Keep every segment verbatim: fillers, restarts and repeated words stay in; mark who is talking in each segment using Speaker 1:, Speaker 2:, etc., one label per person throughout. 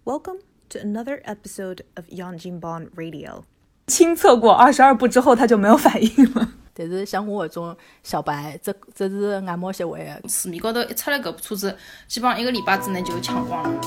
Speaker 1: Welcome to another episode of Yanjinban Radio。
Speaker 2: 亲测过二十二步之后，他就没有反应了。
Speaker 3: 但是像我这种小白，这这是外贸协会的。
Speaker 4: 市面高头一出来搿部车子，基本上一个礼拜之内就抢光了。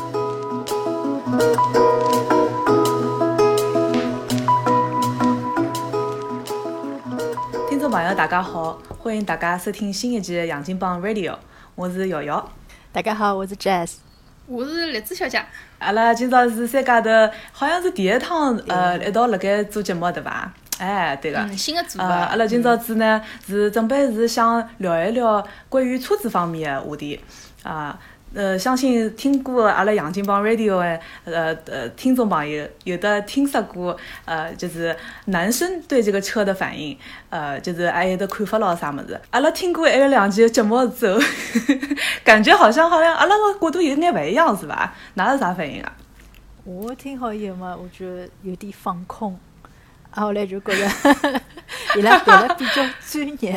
Speaker 2: 听众朋友，大家好，欢迎大家收听新一期的杨金帮 Radio， 我是瑶瑶。
Speaker 3: 大家好，我是 Jazz。
Speaker 4: 我是栗子小姐。
Speaker 2: 阿拉今朝是三家头，好像是第一趟呃一道辣盖做节目对伐？哎，对个。
Speaker 4: 嗯，新的做法。
Speaker 2: 呃，阿拉今朝子呢是准备是想聊一聊关于车子方面的话题啊。呃，相信听过阿拉杨金帮 Radio 的呃呃听众朋友，有的听说过呃，就是男生对这个车的反应，呃，就是还有的看法咯啥么子。阿拉听过一两期节目之后，感觉好像好像阿拉个角度有眼不一样，是吧？哪是啥反应啊？
Speaker 3: 我听好以后嘛，我觉得有点放空，后来就觉得伊拉讲得比较专业。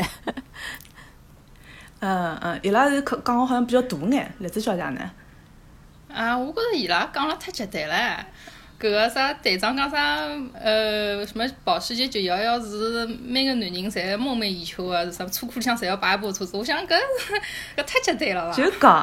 Speaker 2: 嗯嗯，伊拉是讲讲好像比较大眼，栗子小姐呢？
Speaker 4: 啊，我觉着伊拉讲了太绝对了。搿个啥队长讲啥呃什么保时捷九一一是每个男人侪梦寐以求的，啥车库里向侪要摆一部车子。我想搿搿太绝对了伐？
Speaker 2: 就讲，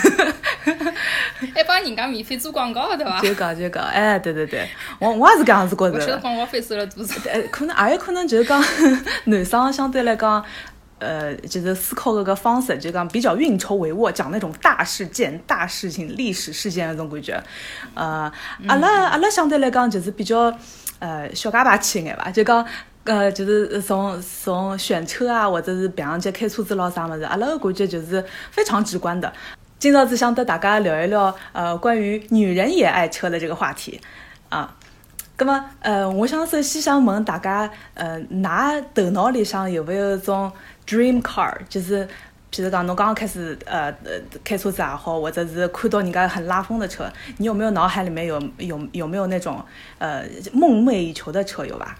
Speaker 4: 还帮人家免费做广告对伐？
Speaker 2: 就讲就讲，哎，对对对，我我也是搿样子觉着。
Speaker 4: 我晓得广告费收了多少？
Speaker 2: 呃，可能也有可能就是讲男生相对来讲。呃，就是思考搿个方式，就讲比较运筹帷幄，讲那种大事件、大事情、历史事件那种感觉。呃，阿拉阿拉相对来讲就是比较呃小家霸气一眼吧，就讲呃就是从从选车啊，或者是平常节开车子咯啥么子，阿拉个感觉就是非常直观的。今朝只想跟大家聊一聊呃关于女人也爱车的这个话题啊。咁么呃，我想首先想问大家，呃，㑚头脑里向有没有一种 dream car， 就是譬如讲侬刚刚开始呃呃开车子也好，或者是看到人家很拉风的车，你有没有脑海里面有有有没有那种呃梦寐以求的车有吧？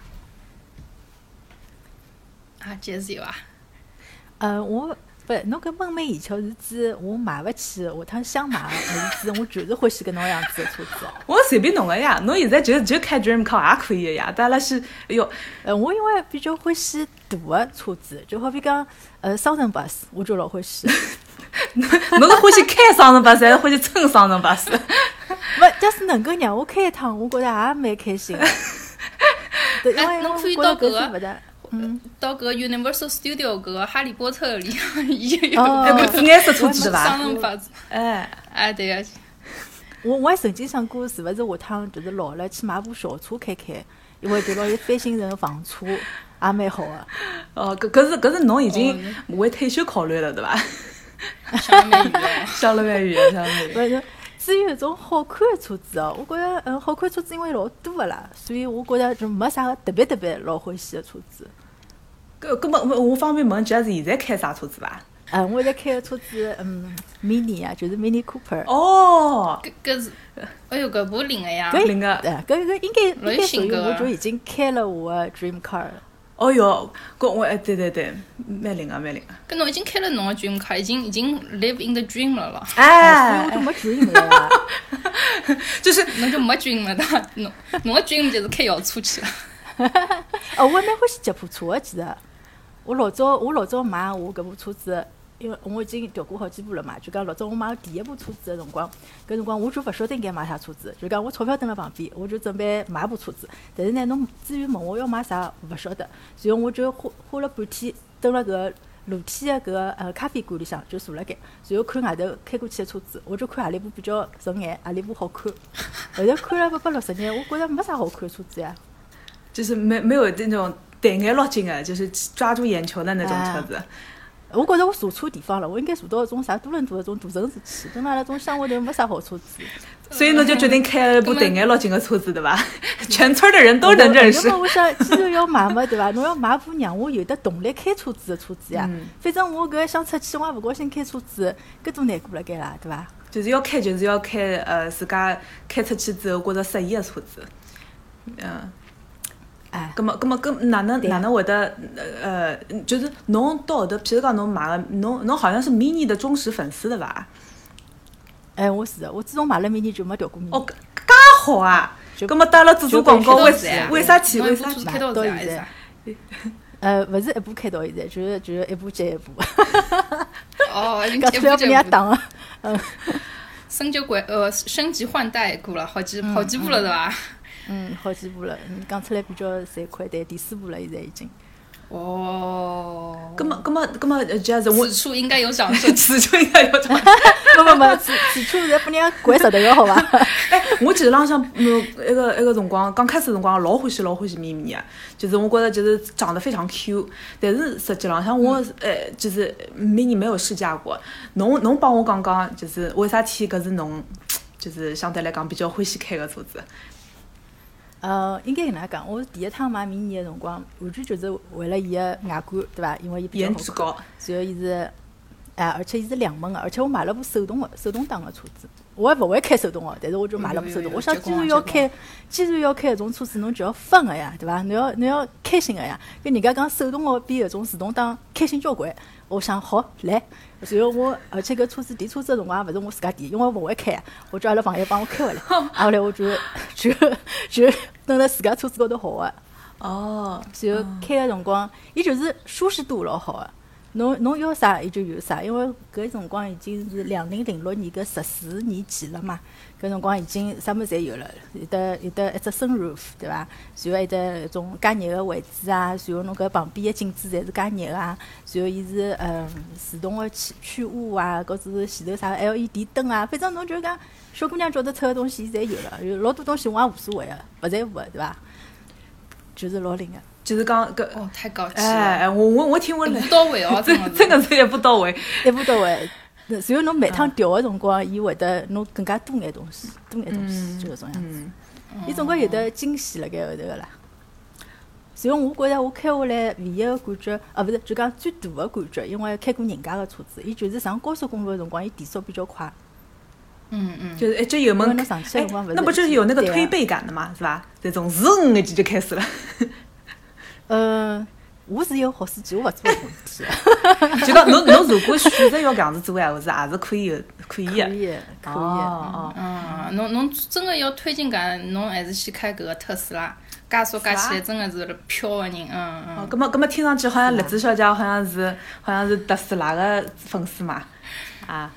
Speaker 4: 啊，这是有啊。
Speaker 3: 呃，我不，侬搿梦寐以求是指我买勿起，下趟想买，还是指我就是欢喜搿能样子的车子？
Speaker 2: 我随便侬个呀，侬现在就就开 dream car 也可以的呀。但拉是，哎哟，
Speaker 3: 呃，我因为比较欢喜大的车子，就好比讲，呃，双层巴士，我就老欢喜。
Speaker 2: 侬是欢喜开双层巴士，还是欢喜乘双层巴士？
Speaker 3: 勿，假使能够让我开一趟，我觉着也蛮开心的。对，因为
Speaker 4: 侬可以到搿个。嗯，到搿 Universal Studio 搿个哈利波特里向也有
Speaker 2: 哦，搿紫颜色车子对伐？
Speaker 4: 双层巴士。哎，哎，对个。
Speaker 3: 我我还曾经想过，是勿是下趟就是老了去买部小车开开，因为对牢有翻新成房车也蛮好的。
Speaker 2: 哦，搿搿是搿是侬已经为退休考虑了对伐？
Speaker 4: 想了蛮远，
Speaker 2: 想了蛮远，想了蛮远。
Speaker 3: 至于一种好看的车子哦，我觉着嗯，好看车子因为老多的啦，所以我觉着就没啥个特别特别老欢喜的车子。
Speaker 2: 搿搿么我方便问，就是现在开啥车子伐？
Speaker 3: 嗯，我现在开的车子嗯，Mini 啊，就是 Mini Cooper。
Speaker 4: 哦，搿搿是，哎哟，搿部灵个呀，
Speaker 2: 灵个，
Speaker 3: 对，搿搿应该应该属于我就已经开了我的 Dream Car 了。
Speaker 2: 哦哟，搿我哎，对对对，蛮灵个，蛮灵个。
Speaker 4: 搿侬已经开了侬的 dream car， 已经已经 live in the dream 了了。
Speaker 3: 哎，所以我就没 dream 了呀。
Speaker 2: 就是
Speaker 4: 侬就没 dream 了的，侬侬的 dream 就是开摇车去了。
Speaker 3: 哦，我也蛮欢喜吉普车的，其实。我老早我老早买我搿部车子，因为我已经调过好几部了嘛，就讲老早我买第一部车子的辰光，搿辰光我就勿晓得应该买啥车子，就讲我钞票蹲辣旁边，我就准备买部车子。但是呢，侬至于问我要买啥，勿晓得，然后我就花花了半天蹲辣搿露天的搿个呃咖啡馆里向就坐辣盖，然后看外头开过去的车子，我就看何里部比较顺眼，何里部好看。后头看了八百六十眼，我觉着没啥好看的车子呀，
Speaker 2: 就是没没有那种对眼落睛的，就是抓住眼球的那种车子。
Speaker 3: 啊我觉着我坐错地方了，我应该坐到一种啥多伦多的种大城市去，跟阿拉种乡下头没啥好车子。
Speaker 2: 所以侬就决定开了一部对眼落睛的车子，对吧？全村的人都能认识。
Speaker 3: 那么我想，既然要买嘛，对吧？侬要买部让我有得动力开车子的车子呀。嗯、反正我搿想出去，我也勿高兴开车子，搿种难过了该啦，对伐？
Speaker 2: 就是要开，就是要开，呃，自家开出去之后觉着适意的车子。嗯。
Speaker 3: 哎，
Speaker 2: 咁么，咁么，咁哪能哪能会得呃，就是侬到后头，譬如讲侬买个，侬侬好像是 mini 的忠实粉丝对伐？
Speaker 3: 哎，我是的，我自从买了 mini 就没调过 mini。
Speaker 2: 哦， 好啊！葛么搭了做做广告，为为啥去？为啥
Speaker 4: 去？开到现在？
Speaker 3: 呃，勿是一步开到现在，就是就是一步接一步。
Speaker 4: 哦，
Speaker 3: 搿出要被人家打啊！嗯，
Speaker 4: 升级换呃升级换代过了好几好几步了，是伐？
Speaker 3: 嗯，好几步了，嗯，讲出来比较侪快，但第四步了，现在已经。
Speaker 4: 哦，
Speaker 2: 葛么葛么葛么，这样子我
Speaker 4: 此处应该有掌声，
Speaker 2: 此处应该有掌声。
Speaker 3: 不不不，此此处侪拨人家掼石头个好伐？
Speaker 2: 哎，我记得浪向嗯一个一个辰光，刚开始辰光老欢喜老欢喜咪咪啊，就是我觉得就是长得非常 Q， 但是实际浪向我呃就是咪咪没有试驾过。侬侬帮我讲讲，就是为啥体搿是侬就是相对来讲比较欢喜开个车子？
Speaker 3: 呃，应该搿能讲，我第一趟买迷你个辰光，完全就是为了伊个外观，对伐？因为伊比较好看。颜值高。然后伊是，哎，而且伊是两门个，而且我买了部手动个手动挡个车子。我也勿会开手动个，但是我就买了部手动。我想，既然要开，既然要开搿种车子，侬就要分个呀，对伐？侬要侬要开心个呀。跟人家讲手动个比搿种自动挡开心交关。我想好来，然后我而且搿车子提车子个辰光勿是我自家提，因为我勿会开，我叫阿拉朋友帮我开回来。啊，后来我就就就蹲辣自家车子高头学个。
Speaker 2: 哦。
Speaker 3: 然后开个辰光，伊就是舒适度老好个。侬侬要啥伊就有啥，因为搿辰光已经是两零零六年个十四年前了嘛，搿辰光已经啥物事侪有了，有得有得一只 sunroof 对伐？然后还有得一种加热个位置啊，然后侬搿旁边个镜子侪是加热个啊，然后伊是嗯自动个去去雾啊，搿是前头啥 L E D 灯啊，反正侬就讲小姑娘觉得出个东西侪有了，有老多东西我也无所谓个，勿在乎个对伐？就是老灵个。
Speaker 2: 就是讲搿
Speaker 4: 哦，太高级了！
Speaker 2: 哎，我我我听我
Speaker 4: 一步到位哦，真的
Speaker 2: 真的是一步到位，
Speaker 3: 一步到位。然后侬每趟调个辰光，伊会得侬更加多眼东西，多眼东西就搿种样子。伊总归有得惊喜辣盖后头个啦。然后我觉着我开下来唯一个感觉，啊，勿是就讲最大个感觉，因为开过人家个车子，伊就是上高速公路个辰光，伊提速比较快。
Speaker 4: 嗯嗯，
Speaker 2: 就是一脚油门，
Speaker 3: 侬上去个辰光勿是，
Speaker 2: 那不就是有那个推背感的嘛，是吧？这种嗡一记就开始了。
Speaker 3: 呃，我是一个好司机，我勿做搿种事
Speaker 2: 体。就讲侬侬如果选择要搿样子做闲话是也是可以的，可以的。
Speaker 3: 可以，可以。
Speaker 2: 哦
Speaker 4: 哦。嗯，侬侬真个要推荐感，侬还是去开搿个特斯拉，加速加起来真个是飘个人，嗯嗯。
Speaker 2: 哦，葛末葛末听上去好像栗子小姐好像是好像是特斯拉个粉丝嘛，啊。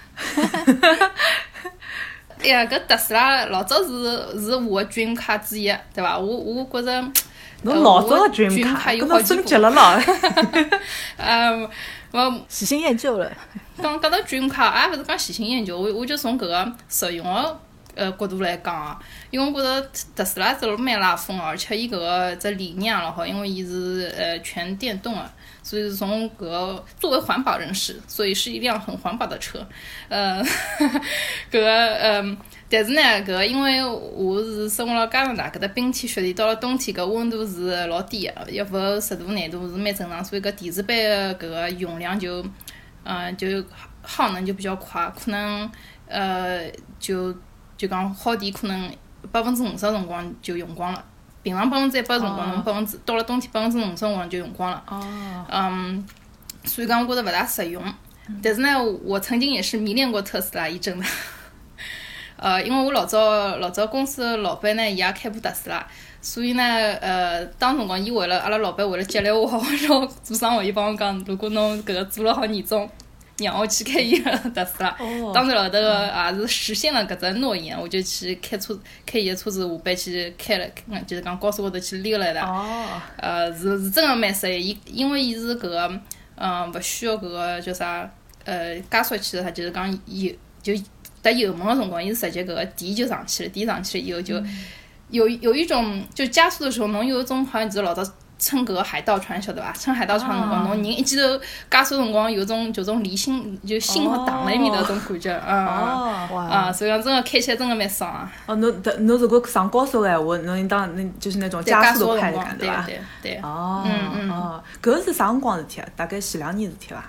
Speaker 4: 哎呀，搿特斯拉老早是是我个 dream car 之一，对伐？我我觉着。
Speaker 2: 侬老早个 dream car， 搿么升级了咯。
Speaker 4: 嗯，我
Speaker 3: 喜新厌旧了。
Speaker 4: 讲讲到 dream car， 也勿是讲喜新厌旧，我我就从搿个实用个呃角度来讲啊，因为我觉着特斯拉是蛮拉风个，而且伊搿个只理念也老好，因为伊是呃全电动个。所以从搿个作为环保人士，所以是一辆很环保的车，呃，搿个嗯，但是呢，搿个因为我是生活辣加拿大，搿搭冰天雪地，到了冬天搿温度是老低个，一伏十度廿度是蛮正常，所以搿电池板个搿个用量就，呃，就耗能就比较快，可能呃就就讲耗电可能百分之五十辰光就用光了。平常百分之一百辰光，侬百分之到了冬天百分之五十辰光就用光了。
Speaker 2: 哦。
Speaker 4: 嗯，所以讲我觉着勿大实用。但是呢，我曾经也是迷恋过特斯拉一阵的。呃，因为我老早老早公司的老板呢，伊也开部特斯拉，所以呢，呃，当辰光伊为了阿拉老板为了激励我，让我做生活，伊帮我讲，如果侬搿个做了好年终。让我去开伊个特斯拉，
Speaker 2: 哦、
Speaker 4: 当然了，这个也是实现了搿只诺言，我就去开车开伊个车子下班去开了，就是讲高速高头去溜了一趟。
Speaker 2: 哦。
Speaker 4: 呃，是是真个蛮适意，伊因为伊是搿个，嗯，勿需要搿个叫啥，呃，加速器，它就是讲油就踏油门个辰光，伊是直接搿个电就上去了，电上去了以后就有有一种就加速的时候，侬有一种好像就是老早。乘搿个海盗船晓得伐？乘海盗船辰光，侬人一记头加速辰光有种就种离心，就心好荡辣埃面头种感觉，嗯嗯啊，所以讲真个开起来真个蛮爽啊。
Speaker 2: 哦，侬侬如果上高速个闲话，侬应当那就是那种加速度快的感觉，对伐？
Speaker 4: 对对。
Speaker 2: 哦，
Speaker 4: 嗯嗯
Speaker 2: 哦，搿是啥辰光事体啊？大概前两年事体伐？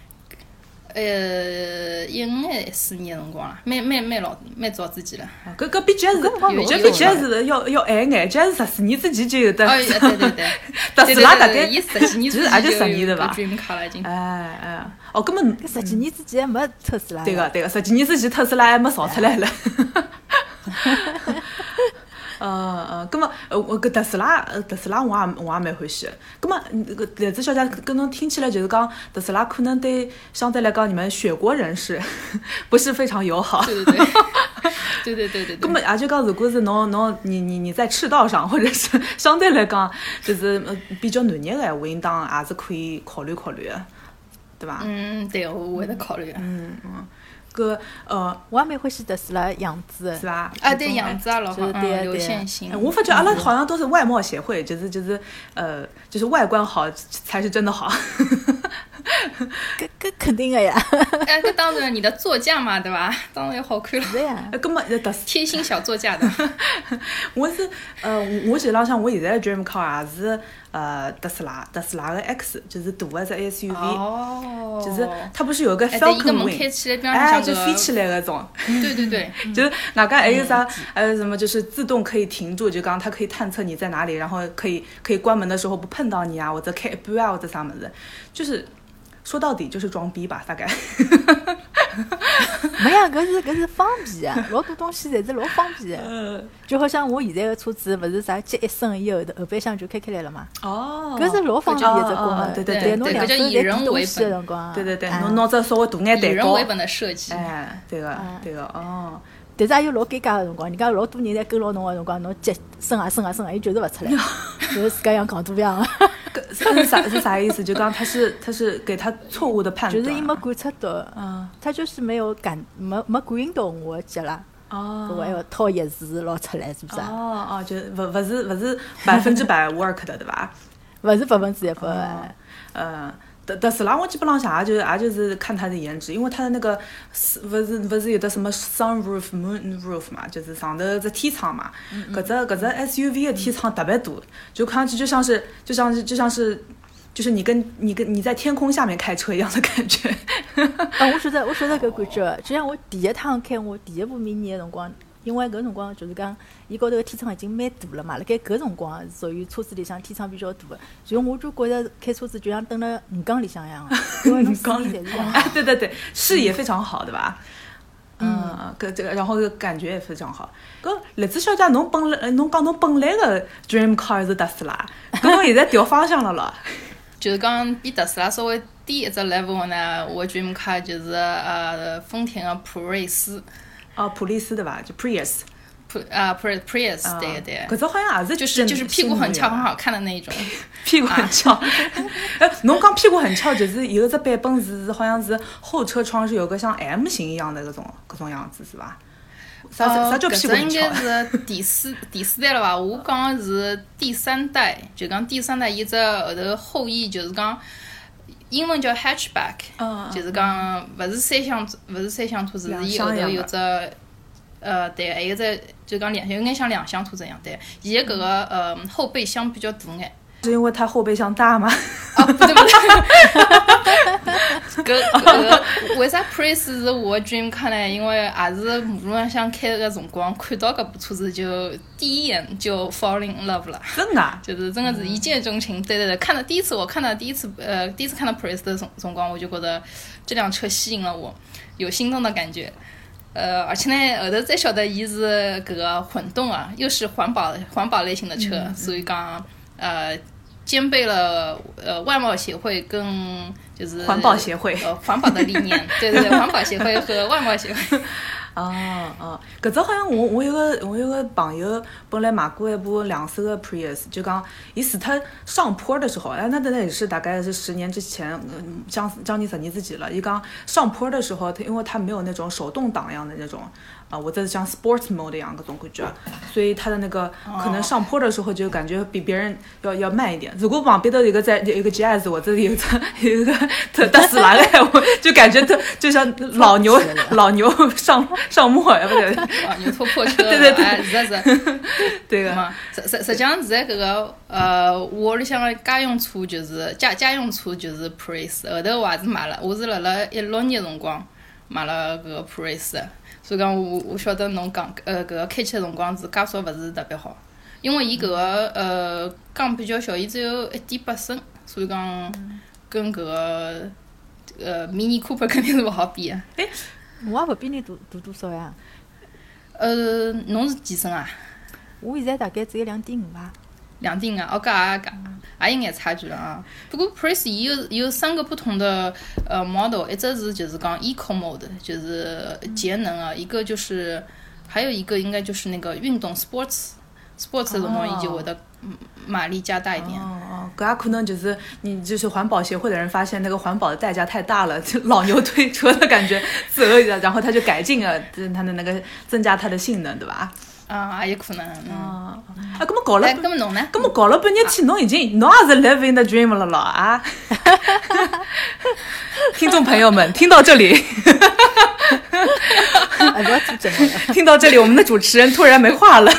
Speaker 4: 呃，一五还四年辰光啦，蛮蛮蛮老蛮早之前了。
Speaker 2: 搿搿比 Jazz， 搿比 Jazz 要要晚眼，Jazz 十四年之前就有的。
Speaker 4: 哦，对对对。
Speaker 2: 特斯拉大概
Speaker 4: 伊十几年之
Speaker 2: 前就十年对伐
Speaker 4: ？Dream car 了已经。
Speaker 2: 哎哎，哦，搿么
Speaker 3: 搿十几年之前还没特斯拉。
Speaker 2: 对个对个，十几年之前特斯拉还没造出来了。 呃呃，葛么呃我搿特斯拉呃特斯拉我也我也蛮欢喜的。葛么搿栗子小姐跟侬听起来就是讲特斯拉可能对相对来讲你们雪国人士不是非常友好。
Speaker 4: 对对对，对对对对对。
Speaker 2: 葛么也就讲，如果是侬侬你你你在赤道上，或者是相对来讲就是呃比较暖热个闲话，应当也是可以考虑考虑的，对伐？
Speaker 4: 嗯，对，我会得考虑的。
Speaker 2: 嗯嗯。搿呃，
Speaker 3: 我也蛮欢喜特斯拉样子的，
Speaker 2: 是伐？
Speaker 4: 啊，对，样子啊，老好，
Speaker 3: 就是对
Speaker 4: 嗯，流
Speaker 3: 对
Speaker 4: 线型
Speaker 2: 哎。我发觉阿拉好像都是外貌协会，就是就是呃，就是外观好才是真的好。
Speaker 3: 搿搿肯定的呀，
Speaker 4: 哎，搿当然你的座驾嘛，对伐？当然要好看了。
Speaker 3: 是呀。
Speaker 2: 呃，葛么特斯
Speaker 4: 贴心小座驾的。
Speaker 2: 我是呃，我其实浪向我现在的 dream car 也是呃特斯拉，特斯拉的 X， 就是大的只 S U V，
Speaker 4: 哦。
Speaker 2: 就是它不是有个
Speaker 4: 哎，对，一个
Speaker 2: Falcon
Speaker 4: 门开
Speaker 2: Wing，
Speaker 4: 起来，边上
Speaker 2: 哎，
Speaker 4: 像个。
Speaker 2: 就飞起来那种。
Speaker 4: 对对对。
Speaker 2: 就是外加还有啥呃什么，就是自动可以停住，就讲它可以探测你在哪里，然后可以可以关门的时候不碰到你啊，或者开一半啊，或者啥么子，就是说到底就是装逼吧，大概。
Speaker 3: 没呀，搿是搿是方便啊，老多东西侪是老方便的。就好像我现在的车子，勿是啥接一升以后，后备箱就开开来了嘛。
Speaker 2: 哦。
Speaker 3: 搿是老方便的一只功能。
Speaker 2: 对对
Speaker 3: 对，侬两手在提东西的辰光。
Speaker 2: 对对对，侬拿只稍微大眼蛋糕。
Speaker 4: 以人为本的设计。
Speaker 2: 哎，对个对个哦。
Speaker 3: 但是也有老尴尬的辰光，人家老多人在跟牢侬的辰光，侬急升啊升啊升啊，伊就是勿出来，就是自家像戆大样。
Speaker 2: 是啥是啥意思？就讲他是他是给他错误的判断，
Speaker 3: 就是伊没观察到，
Speaker 2: 嗯，
Speaker 3: 他就是没有感没没感应到我的急啦。
Speaker 2: 哦，
Speaker 3: 搿还要掏钥匙捞出来，是不是？
Speaker 2: 哦哦，就勿勿是勿是百分之百 work 的，对伐？
Speaker 3: 勿是百分之一百。
Speaker 2: 呃。特特斯拉我基本上想也就也就是看它的颜值，因为它的那个不是不是有的什么 sunroof moonroof 嘛，就是上头只天窗嘛，搿只搿只 S U V 的天窗特别大，就看上去就像是就像是就像是就是你跟你跟你在天空下面开车一样的感觉。
Speaker 3: 啊，我晓得我晓得搿感觉，就像我第一趟开我第一部 mini 的辰光。因为搿辰光就是讲，伊高头个天窗已经蛮大了嘛，辣盖搿辰光属于车子里向天窗比较大个，所以我就觉着开车子就像蹲辣鱼缸里向一样个，因为侬视野侪是一样。
Speaker 2: 哎，对对对，视野非常好，对吧？嗯，搿这个，然后感觉也非常好。搿栗子小姐，侬本来侬讲侬本来个 dream car 是特斯拉，搿侬现在调方向了咯？
Speaker 4: 就是讲比特斯拉稍微低一只 level 呢，我 dream car 就是呃丰田的普锐斯。
Speaker 2: 哦，普利斯对吧？就 Prius，
Speaker 4: 普啊 Prius Prius， 对对。
Speaker 2: 可是好像也是
Speaker 4: 就是就是屁股很翘很好看的那一种。
Speaker 2: 屁股很翘，哎，侬讲屁股很翘，就是有一只版本是好像是后车窗是有个像 M 型一样的搿种搿种样子是吧？啥啥叫屁股很翘？
Speaker 4: 搿只应该是第四第四代了吧？我讲的是第三代，就讲第三代伊只后头后翼就是讲。英文叫 hatchback，、嗯、就是讲勿是三厢，勿是三厢车子，是伊后头有只，呃，对，还有只就讲两，有眼像两厢车子一样，对。伊个搿个呃后备箱比较大眼。
Speaker 2: 是因为它后备箱大吗？
Speaker 4: 哦，不对不对。搿搿为啥 Prius 是我 dream car 呢？因为也是马路浪向开个辰光，看到搿部车子就第一眼就 fall in love 了。
Speaker 2: 真的？
Speaker 4: 就是真的是一见钟情。对对对，看到第一次我看到第一次呃第一次看到 Prius 的辰光，我就觉得这辆车吸引了我，有心动的感觉。呃，而且呢，后头再晓得伊是搿个混动啊，又是环保环保类型的车，嗯、所以讲呃。兼备了呃外贸协会跟就是
Speaker 2: 环保协会
Speaker 4: 呃环保的理念，对对对，环保协会和外贸协会。
Speaker 2: 哦哦，搿只好像我我有个我有个朋友本来买过一部两手的 Prius， 就讲伊除他上坡的时候，哎，那那也是大概是十年之前，嗯，将将近十年之前了。伊讲上坡的时候，它因为它没有那种手动挡一样的那种。啊，我这像 sports mode 一样搿种感觉，所以它的那个可能上坡的时候就感觉比别人要要慢一点。如果旁边的有一个在有一个 Jazz， 我这里有个有一个特特斯拉的，我就感觉特就像老牛老牛上上磨呀，不对？
Speaker 4: 老牛拖破车，
Speaker 2: 对对对，
Speaker 4: 哎，是是，
Speaker 2: 对个。
Speaker 4: 实实实际上现在搿个呃，屋里向个家用车就是家家用车就是 Prius， 后头我也是买了，我是辣辣一六年辰光买了搿个 Prius。所以讲，我我晓得侬讲，呃，搿个开起的辰光是加速勿是特别好，因为伊搿个呃缸比较小，伊只有一点八升，所以讲跟搿个呃 Mini Cooper 肯定是勿好比的。
Speaker 3: 哎，我也勿比你大大多少呀？
Speaker 4: 呃，侬是几升啊？
Speaker 3: 我现在大概只有两点五吧。
Speaker 4: 两点啊，哦，搿也搿也有眼差距了啊。不过 Praise 伊有有三个不同的呃 model， 一只是就是讲 eco mode， 就是节能啊，一个就是还有一个应该就是那个运动 sports sports 的辰光，伊就会得马力加大一点。
Speaker 2: 哦哦，搿也可能就是你就是环保协会的人发现那个环保的代价太大了，就老牛推车的感觉择一下，然后他就改进了它的那个增加它的性能，对吧？
Speaker 4: 啊，也有可能。嗯、
Speaker 2: 啊，啊，搿么搞了，
Speaker 4: 哎，搿么侬呢？
Speaker 2: 搿么搞了半日天，侬已经侬也是 living the dream 了咯啊！听众朋友们，听到这里，
Speaker 3: 啊，不要做节目了，
Speaker 2: 听到这里，我们的主持人突然没话了。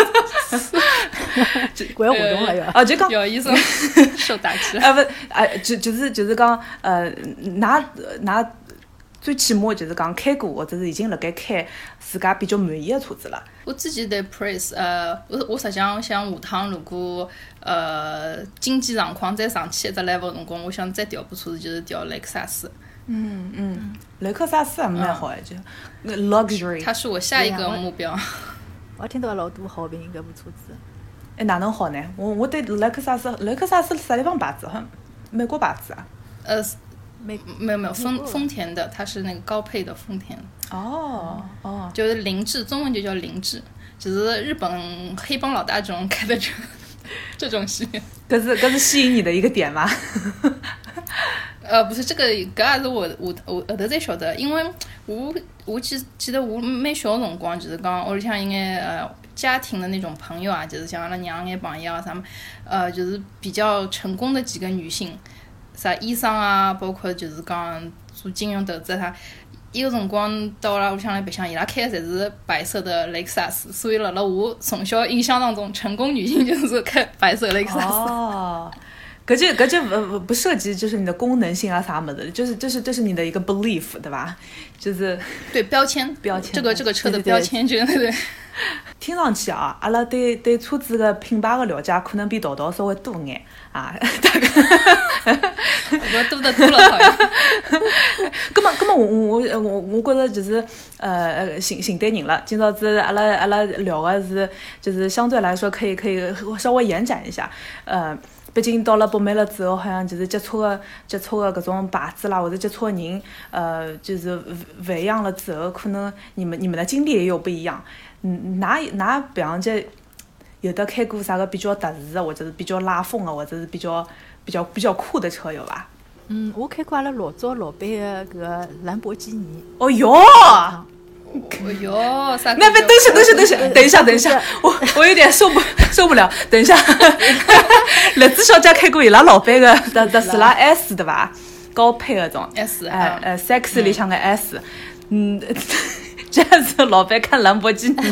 Speaker 3: 我要活动了要。
Speaker 2: 啊，就讲
Speaker 4: 有意思，受打击。
Speaker 2: 啊不啊，就就是就是讲呃，㑚㑚最起码就是讲开过或者是已经辣盖开自家比较满意的车子了。
Speaker 4: 我自己对 Praise， 呃，我我实际上想下趟如果呃经济状况再上去一只 level 辰光，我想再调部车子就是调雷克萨斯。
Speaker 2: 嗯嗯，雷克萨斯也蛮好的，就 luxury。
Speaker 4: 它是我下一个目标。
Speaker 3: 我听到老多好评搿部车子。
Speaker 2: 哎，哪能好呢？我我对雷克萨斯，雷克萨斯啥地方牌子？好像美国牌子啊？
Speaker 4: 呃，
Speaker 3: 没
Speaker 4: 没有没有丰丰田的，它是那个高配的丰田。
Speaker 2: 哦哦，
Speaker 4: 就是凌志，中文就叫凌志，就是日本黑帮老大这种开的车，这种系列。
Speaker 2: 搿是搿是吸引你的一个点吗？
Speaker 4: 呃，不是这个，搿也是我我我后头才晓得，因为我我记记得我蛮小辰光，就是讲屋里向应该呃家庭的那种朋友啊，就是像阿拉娘眼朋友啊，啥么呃就是比较成功的几个女性，啥医生啊，包括就是讲做金融投资啥。伊个辰光到阿拉屋里向来白相，伊拉开的侪是白色的雷克萨斯，所以辣辣我从小印象当中，成功女性就是开白色雷克萨斯。
Speaker 2: 哦，搿就搿就不不涉及就是你的功能性啊啥么的，就是这是这是你的一个 belief 对吧？就是
Speaker 4: 对标签，
Speaker 2: 标签
Speaker 4: 这个这个车的标签，对对对。
Speaker 2: 听上去啊，阿拉对对车子的品牌的了解可能比豆豆稍微多眼啊，大概
Speaker 4: 我多得多了好像。
Speaker 2: 咁么咁么我我我我觉着就是呃寻寻对人了。今朝子阿拉阿拉聊的是就是相对来说可以可以稍微延展一下，呃。毕竟到了北美了之后，好像就是接触的接触的搿种牌子啦，或者接触的人，呃，就是不一样了之后，可能你们你们的经历也有不一样。嗯，㑚㑚比方讲有的开过啥个比较特殊的，或者是比较拉风的，或者是比较比较比较酷的车有伐？
Speaker 3: 嗯，我开过阿拉老早老板的搿个兰博基尼。
Speaker 2: 哦哟！
Speaker 4: 哦哟，啥？
Speaker 2: 那别等一下，等一下，等一下，等一下，等一下，我我有点受不受不了。等一下，栗子小姐开过伊拉老板的特特斯拉 S 对伐？高配那种
Speaker 4: S，
Speaker 2: 哎哎 ，Sexy 里向的 S， 嗯，这样子老板看兰博基尼，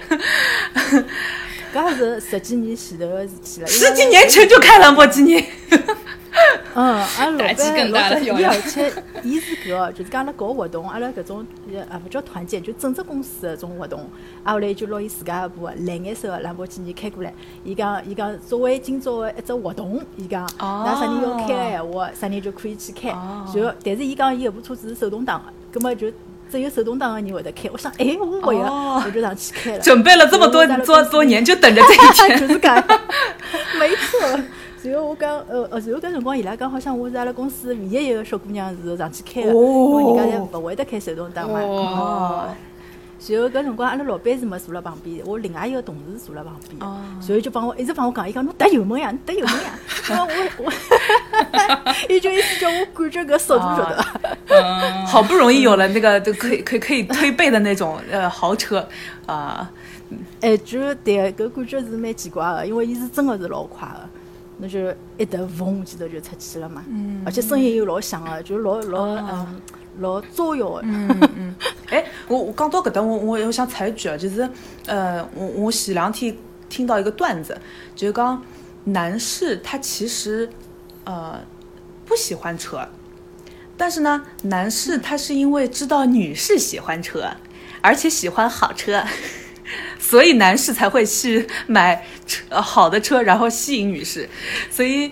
Speaker 3: 搿是十几年前头的事体了。
Speaker 2: 十几年前就开兰博基尼。
Speaker 3: 嗯，阿拉老
Speaker 4: 打击更大了
Speaker 3: 板老板，而且伊是搿个，就是讲阿拉搞活动，阿拉搿种啊勿叫团建，就整只公司的种活动，啊后来就拿伊自家一部蓝颜色的兰博基尼开过来。伊讲伊讲作为今朝的一只活动，伊讲㑚啥人要开个闲话，啥人就可以去开。就但是伊讲伊搿部车子是手动挡的，葛末就只有手动挡的人会得开。我想，哎，我勿要，我就上去开了。
Speaker 2: 准备了这么多多多年，就等着这一天。
Speaker 3: 就是搿，没错。然后我讲，呃呃，然后搿辰光伊拉讲，好像我是阿拉公司唯一一个小姑娘是上去开的，因为人家侪勿会得开手动挡嘛。哦。然后搿辰光阿拉老板是没坐辣旁边，我另外一个同事坐辣旁边，然后就帮我一直帮我讲，伊讲侬踏油门呀，侬踏油门呀。我我，伊就意思叫我感觉搿速度晓得伐？
Speaker 2: 好不容易有了那个就可以可以可以推背的那种呃豪车啊。
Speaker 3: 哎，就对，搿感觉是蛮奇怪的，因为伊是真的是老快的。那就一头嗡，记头就出去了嘛，嗯、而且声音又老响的，就老老嗯、呃、老招摇的。
Speaker 2: 嗯嗯。哎，我我讲到搿搭，我我我想插一句啊，就是呃，我我前两天听到一个段子，就是讲男士他其实呃不喜欢车，但是呢，男士他是因为知道女士喜欢车，而且喜欢好车。所以男士才会去买车好的车，然后吸引女士。所以，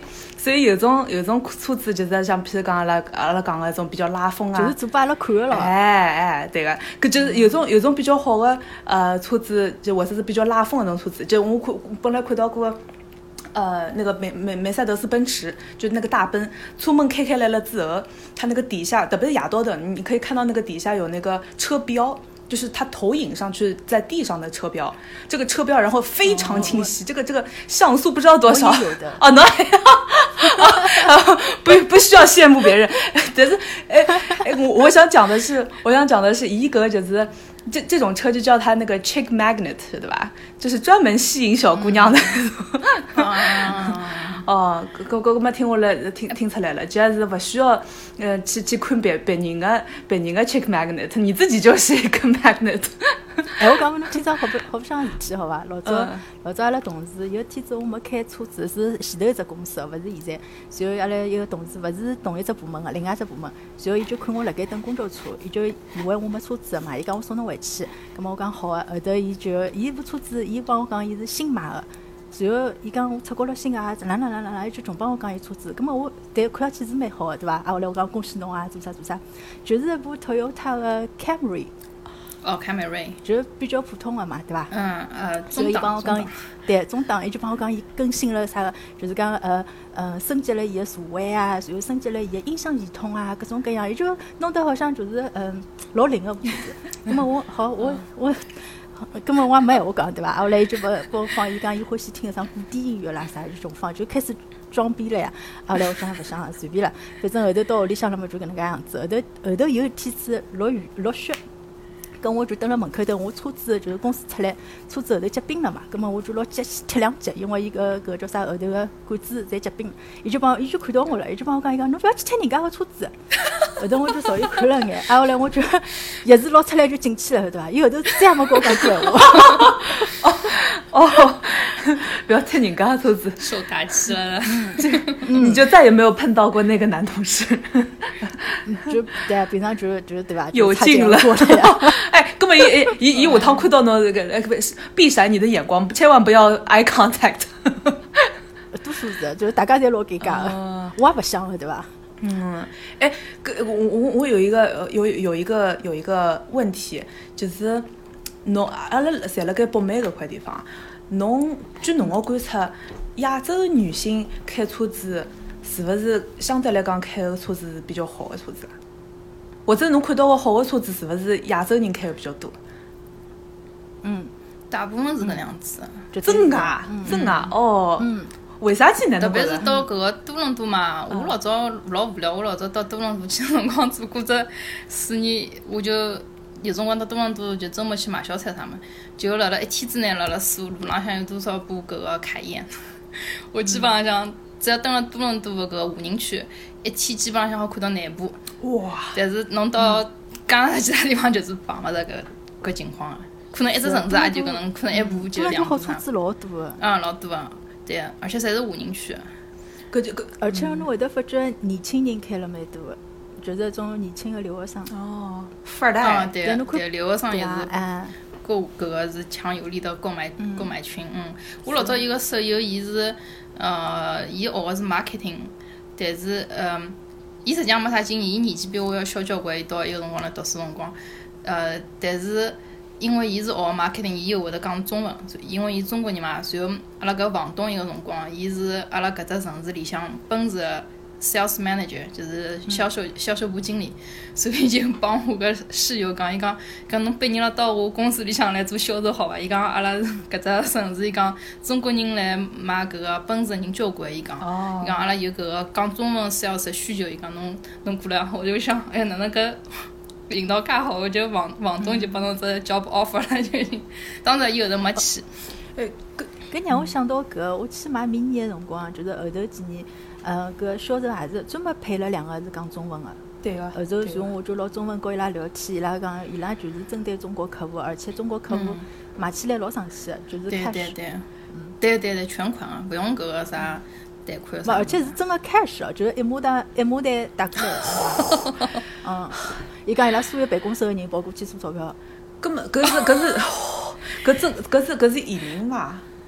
Speaker 2: 所以有种有种车子就是像譬如讲阿拉阿拉讲个种比较拉风啊，
Speaker 3: 就是做拨阿拉看个咯。
Speaker 2: 哎哎，对个，搿就是有种有种比较好的呃车子，就或者是比较拉风的那种车子，就我看本来看到过。呃，那个梅梅梅赛德斯奔驰，就那个大奔，出门开开来了之后，它那个底下，特别是亚多的，你可以看到那个底下有那个车标，就是它投影上去在地上的车标，这个车标然后非常清晰，哦、这个这个像素不知道多少，
Speaker 3: 有的
Speaker 2: 哦，能、哦，不不需要羡慕别人，但是哎哎，我我想讲的是，我想讲的是一个就是。这这种车就叫它那个 chick magnet， 对吧？就是专门吸引小姑娘的。嗯、哦，搿搿搿么听我来听听出来了，既然是不需要呃去去看别别人的别人的 chick magnet， 你自己就是一个 magnet。
Speaker 3: 哎，我讲侬今朝好不好不相事体好伐？老早、嗯、老早阿拉同事有天子我没开车子，是前头一只公司哦，勿是现在。然后阿拉一个同事勿是同一只部门个，另外一只部门。然后伊就看我辣盖等公交车，伊就以为我没车子嘛，伊讲我送侬回去。咁么我讲好啊，后头伊就伊部车子，伊帮我讲伊是新买个。然后伊讲我出国了新啊，哪哪哪哪哪，伊就总帮我讲伊车子。咁么我但看上去是蛮好个，对伐？啊，后来我讲恭喜侬啊，做啥做啥，就是一部 Toyota 个 Camry。
Speaker 4: 哦 ，Camry
Speaker 3: 就比较普通的嘛，对伐？
Speaker 4: 嗯呃，
Speaker 3: 所以伊帮我讲，对中档，伊就帮我讲，伊更新了啥个，就是讲呃呃升级了伊个座位啊，然后升级了伊个音响系统啊，各种各样，伊就弄得好像就是嗯、呃、老灵个样子。那么我好我我，根本我也没闲话讲，对伐？后来伊就帮帮我放，伊讲伊欢喜听啥古典音乐啦啥这种放，就开始装逼了呀。后来我想勿想随便了，反正后头到屋里向了嘛就搿能介样子。后头后头有一天子落雨落雪。跟我就蹲辣门口等我车子就是公司出来，车子后头结冰了嘛，葛末我就拿脚踢两脚，因为伊个搿叫啥后头个管子侪结冰，伊就帮伊就看到我了，伊就帮我讲伊讲侬勿要去踢人家个车子，后头我就稍微看了眼，啊后来我就钥匙捞出来就进去了，对伐？伊后头再也没跟我讲句闲话。
Speaker 2: 哦哦，不要踢人家车子，
Speaker 4: 受打击了。
Speaker 2: 嗯，你就再也没有碰到过那个男同事。
Speaker 3: 就对，平常就就对吧？
Speaker 2: 有劲了。哎，根本伊伊伊下趟看到侬这个，避闪你的眼光，千万不要 eye contact。
Speaker 3: 多数是，就是大家侪老尴尬的，我也不想了，对吧？
Speaker 2: 嗯，哎，我我我有一个有有一个有一个问题，就是侬阿拉在辣盖北美搿块地方，侬据侬个观察，亚洲女性开车子是勿是相对来讲开个车子是比较好的车子？或者侬看到个好的车子是勿是亚洲人开的比较多？
Speaker 3: 嗯，
Speaker 4: 大部分是搿能样子。
Speaker 2: 真个，真个哦。嗯。为啥去呢？
Speaker 4: 特别是到搿个多伦多嘛，我老早老无聊，我老早到多伦多去辰光做过只四年，我就有辰光到多伦多就周末去买小菜啥么，就辣辣一天之内辣辣数路浪向有多少部搿个凯宴。我基本上只要登了多伦多搿个华人区，一天基本上好看到廿部。
Speaker 2: 哇！
Speaker 4: 但是侬到加拿大其他地方就是碰勿着搿搿情况了，可能一只城市也就搿能，可能一部就两部。
Speaker 3: 好车子老多的。
Speaker 4: 嗯，老多啊。对，而且侪是华人区。
Speaker 2: 搿就搿，
Speaker 3: 而且侬会得发觉年轻人开了蛮多的，就是种年轻的留学生。
Speaker 2: 哦，富二代。
Speaker 4: 啊，对对，留学生也是。
Speaker 3: 啊。
Speaker 4: 购搿个是强有力的购买购买群。嗯，我老早一个舍友，伊是呃，伊学的是 marketing， 但是嗯，伊实际上没啥经验，伊年纪比我要小交关，伊到一个辰光来读书辰光，呃，但是。因为伊是学 marketing， 伊又会得讲中文，因为伊中国人嘛。然后阿拉搿房东一个辰光，伊是阿拉搿只城市里向奔驰的 sales manager， 就是销售销售部经理，所以就帮我个室友讲，伊讲讲侬毕业了到我公司里向来做销售好伐？伊讲阿拉搿只城市，伊讲中国人来买搿个奔驰的人交关，伊讲，伊讲阿拉有搿个讲中文 sales 的需求，伊讲侬侬过来，我就想，哎，哪能搿？领导介好，我就房房东就帮侬只 job offer 了，就行。当然伊后头没去。
Speaker 3: 哎，搿搿让我想到搿，我去买迷你的辰光，就是后头几年，呃，搿销售也是专门配了两个是讲中文的。
Speaker 2: 对个。
Speaker 3: 后头从我就拿中文跟伊拉聊天，伊拉讲伊拉就是针对中国客户，而且中国客户买起来老省气的，就是 cash。
Speaker 4: 对对对。嗯。对对对，全款啊，不用搿个啥贷款啥。
Speaker 3: 而且是真个 cash 哦，就是一马单一马单打过来。嗯。伊讲伊拉所有办公室个人跑过去数钞票，
Speaker 2: 根本搿是搿是搿真搿是搿是移民伐？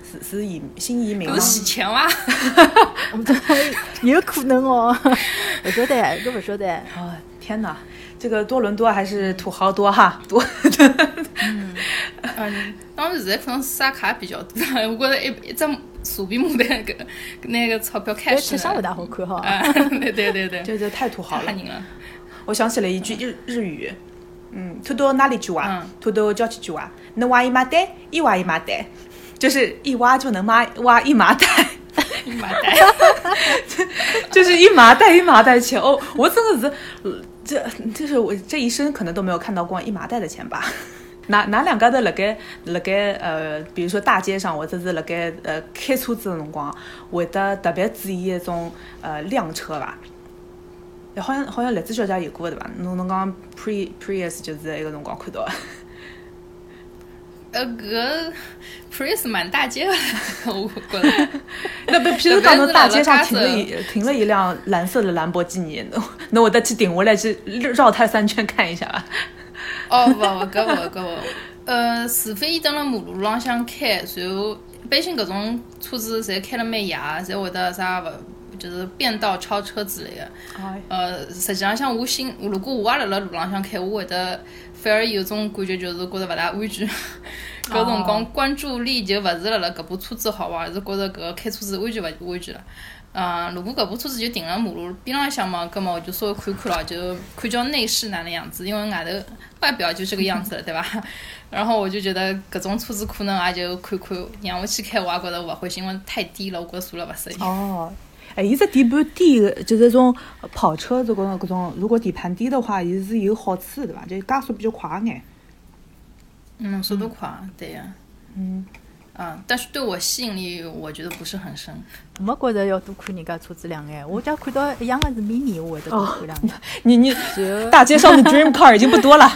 Speaker 2: 是是移新移民吗
Speaker 4: 搿？是洗钱伐？
Speaker 3: 有可能哦，勿晓得，搿勿晓得。
Speaker 2: 哦，天哪，这个多伦多还是土豪多哈多。
Speaker 4: 嗯，当然现在可能刷卡比较多，我觉得一一只傻逼牡丹搿那个钞票开始
Speaker 3: 但吃相勿大好看哈。
Speaker 4: 啊，对对对对，
Speaker 2: 这这太土豪了
Speaker 4: 太吓。人了。
Speaker 2: 我想起了一句日日语，嗯，土豆哪里句啊？土豆叫几句啊？能挖一麻袋，一挖一麻袋，就是一挖就能挖挖一麻袋。
Speaker 4: 一麻袋，
Speaker 2: 就是一麻袋一麻袋钱哦，我真的是，呃这就是我这一生可能都没有看到过一麻袋的钱吧。哪哪两家头辣盖辣盖呃，比如说大街上或者是辣盖呃开车子的辰光，会得特别注意一种呃靓车伐？好像好像栗子小姐有过对伐？侬侬讲 pre Prius 就是那个辰光看到的。
Speaker 4: 呃，搿 Prius 满大街的，我觉得。
Speaker 2: 那不，譬如讲侬大街上停了一停了一辆蓝色的兰博基尼，侬侬会得去停下来去绕它三圈看一下伐？
Speaker 4: 哦，勿勿，搿勿搿勿，呃，除非伊蹲辣马路浪向开，然后一般性搿种车子侪开了蛮野，侪会得啥勿就是变道超车之类的。呃，实际上像我心，如果我也辣辣路浪向开，我会得反而有种感觉，就是觉得勿大安全。搿辰光关注力就勿是辣辣搿部车子好伐，而是觉着搿个开车子安全勿安全了。嗯，如果搿部车子就停辣马路边浪向嘛，葛末我就稍微看看了，就看叫内饰哪能样子，因为外头外表就这个样子了，对伐？然后我就觉得搿种车子可能也就看看，让我去开，我也觉得勿欢喜，因为太低了，我觉着坐了勿适意。
Speaker 2: 哦，哎，伊只底盘低的，就是种跑车这种搿种，如果底盘低的话，也是有好处对伐？就加速比较快眼。
Speaker 4: 嗯，速度快，对呀。
Speaker 2: 嗯。
Speaker 4: 啊，但是对我吸引力，我觉得不是很深。
Speaker 3: 没觉着要多看人家车子两眼，我只要看到一样的是 mini， 我会得多看两眼。
Speaker 2: 你你大街上的 dream car 已经不多了，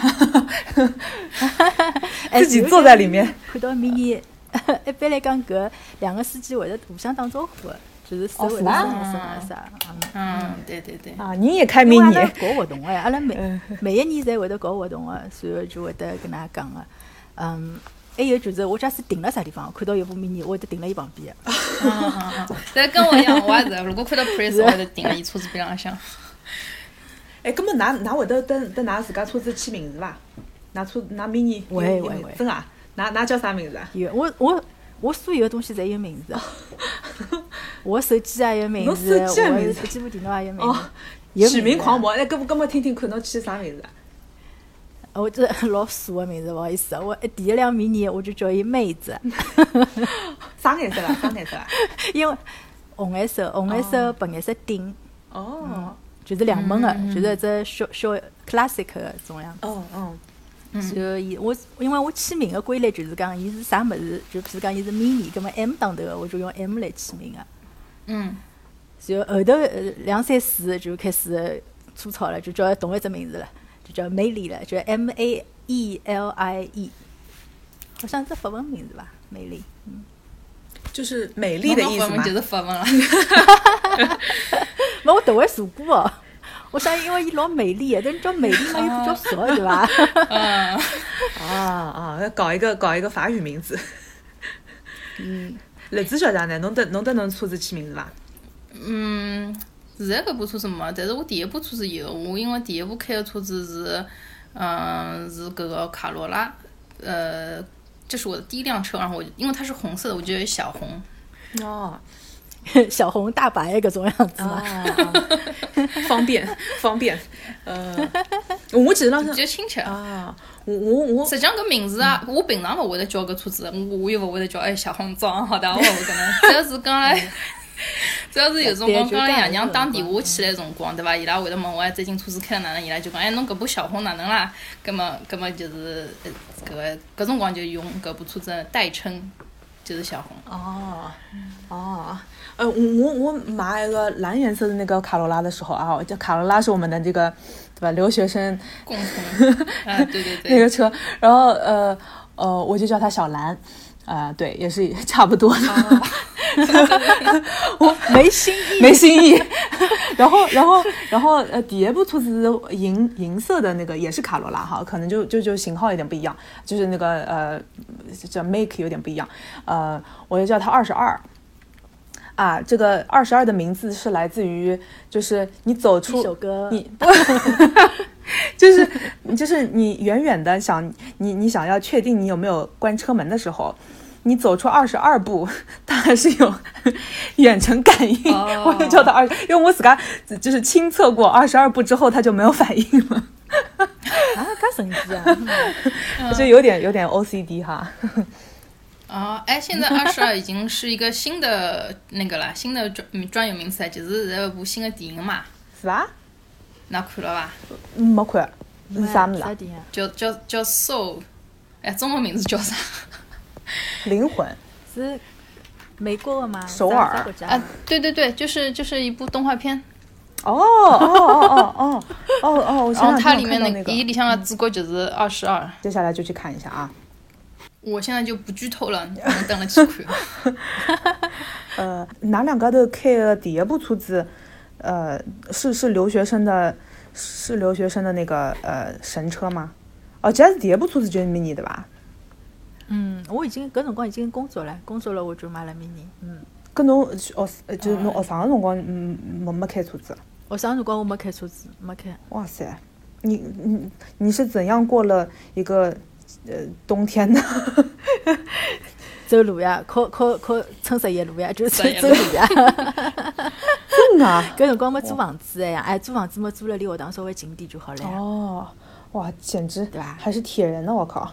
Speaker 2: 自己坐在里面。
Speaker 3: 看到 mini， 一般来讲，搿两个司机会得互相打招呼的，就是手会得伸伸啊啥。
Speaker 4: 嗯，对对对。
Speaker 2: 啊，你也开
Speaker 3: mini？ 阿拉
Speaker 2: mini？
Speaker 3: 搞活动哎，阿拉每每一年侪会得搞活动的，所以就会得跟大家讲个，嗯。还有就是，我假使停了啥地方，看到有部 mini，我会得停了伊旁边。
Speaker 4: 嗯嗯嗯，但跟我一样，我也是，如果看到 Prius，我会得停了伊车子边浪向。
Speaker 2: 哎，搿么㑚㑚会得登登㑚自家车子起名字伐？㑚车㑚 mini
Speaker 3: 会会会，
Speaker 2: 真啊？㑚㑚叫啥名字啊？
Speaker 3: 有，我我我所有的东西侪有名字。我手机也有名字，我笔记本电脑也有名字。
Speaker 2: 取名狂魔，哎，搿么搿么听听看，侬起啥名字啊？
Speaker 3: 我这老俗的名字，不好意思，我第一辆 mini 我就叫伊妹子。
Speaker 2: 啥颜色啦？啥颜色啦？
Speaker 3: 因为红颜色，红颜色，白颜色顶。
Speaker 2: 哦、嗯，
Speaker 3: 就是两门的，嗯、就是只小小 classic 的种样子。
Speaker 2: 哦哦。
Speaker 3: 所以，我因为我起名的规律就是讲，伊是啥物事，就譬如讲伊是 mini， 葛末 M 打头的，我就用 M 来起名的。
Speaker 4: 嗯。
Speaker 3: 然后后头两三四就开始粗糙了，就叫同一只名字了。就叫美丽了，就 M A E L I E， 好像是法文名字吧，美丽，嗯，
Speaker 2: 就是美丽的意思嘛，
Speaker 4: 就是法文了。
Speaker 3: 那我都会查过哦，我想因为伊老美丽，但叫美丽嘛又比较少，对吧？
Speaker 4: 嗯，
Speaker 2: 啊啊，要搞一个搞一个法语名字。嗯，栗子小姐呢？侬得侬得侬车子起名字伐？
Speaker 4: 嗯。现在搿部车子没，但是我第一部车子有。我因为第一部开的车子是，嗯，是搿个卡罗拉，呃，这是我的第一辆车。然后我因为它是红色的，我就有小红。
Speaker 2: 哦，
Speaker 3: 小红大白搿种样子嘛，
Speaker 2: 啊、方便方便。呃，我记得浪向
Speaker 4: 就亲切
Speaker 2: 啊。我我我，
Speaker 4: 实际上搿名字啊，嗯、我平常勿会得叫搿车子，我我又勿会得叫哎小红装好的，我勿可能。只要是讲来。主要是有辰光，刚刚爷娘打电话起来辰光，对伐？伊拉会得问我最近车子开了哪能，伊拉就讲哎，侬搿部小红哪能啦？葛么葛么就是搿个搿辰光就用搿部车子代称，就是小红。
Speaker 2: 哦哦，呃，我我买一个蓝颜色的那个卡罗拉的时候啊，叫卡罗拉是我们的这个对吧？留学生
Speaker 4: 共同啊，对对对，
Speaker 2: 那个车，然后呃呃，我就叫它小蓝。啊、呃，对，也是差不多的。哦、
Speaker 3: 我没新意，
Speaker 2: 没新意。然后，然后，然后，呃，第一部车子是银银色的那个，也是卡罗拉哈，可能就就就型号有点不一样，就是那个呃叫 make 有点不一样，呃，我就叫它二十二。啊，这个二十二的名字是来自于，就是你走出
Speaker 3: 一首歌，
Speaker 2: 你就是就是你远远的想你你想要确定你有没有关车门的时候，你走出二十二步，它还是有远程感应，
Speaker 4: 哦、
Speaker 2: 我就叫它二，因为我自家就是亲测过，二十二步之后它就没有反应了。
Speaker 3: 啊，介神奇啊！
Speaker 2: 嗯、就有点有点 O C D 哈。
Speaker 4: 哦，哎，现在二十二已经是一个新的那个了，新的专专有名词，就是有一部新的电影嘛，
Speaker 2: 是吧？
Speaker 4: 那看了吧？
Speaker 2: 没看，是啥么子？
Speaker 4: 叫叫叫 Soul， 哎，中文名字叫啥？
Speaker 2: 灵魂
Speaker 3: 是美国的吗？
Speaker 2: 首尔
Speaker 4: 啊，对对对，就是就是一部动画片。
Speaker 2: 哦哦哦哦哦哦哦！我
Speaker 4: 然后它里面
Speaker 2: 那
Speaker 4: 个，一里向的主角就是二十二。
Speaker 2: 接下来就去看一下啊。
Speaker 4: 我现在就不剧透了，你们等了去看。
Speaker 2: 呃，哪两个头开的第一部车子，呃，是是留学生的，是留学生的那个呃神车吗？哦，这是第一部车子就是 mini 对吧？
Speaker 3: 嗯，我已经搿辰光已经工作了，工作了我就买了 mini。嗯，
Speaker 2: 搿侬学就是侬学生个辰光，嗯，没没开车子。
Speaker 3: 学生辰光我没开车子，没开。
Speaker 2: 哇塞，你你你是怎样过了一个？呃，冬天的
Speaker 3: 走路呀，靠靠靠撑十一路呀，就走走路呀。
Speaker 2: 真的啊！
Speaker 3: 搿辰光没租房子哎呀，哎，租房子么租了离学堂稍微近点就好了呀。
Speaker 2: 哦，哇，简直
Speaker 3: 对吧？
Speaker 2: 还是铁人呢，我靠！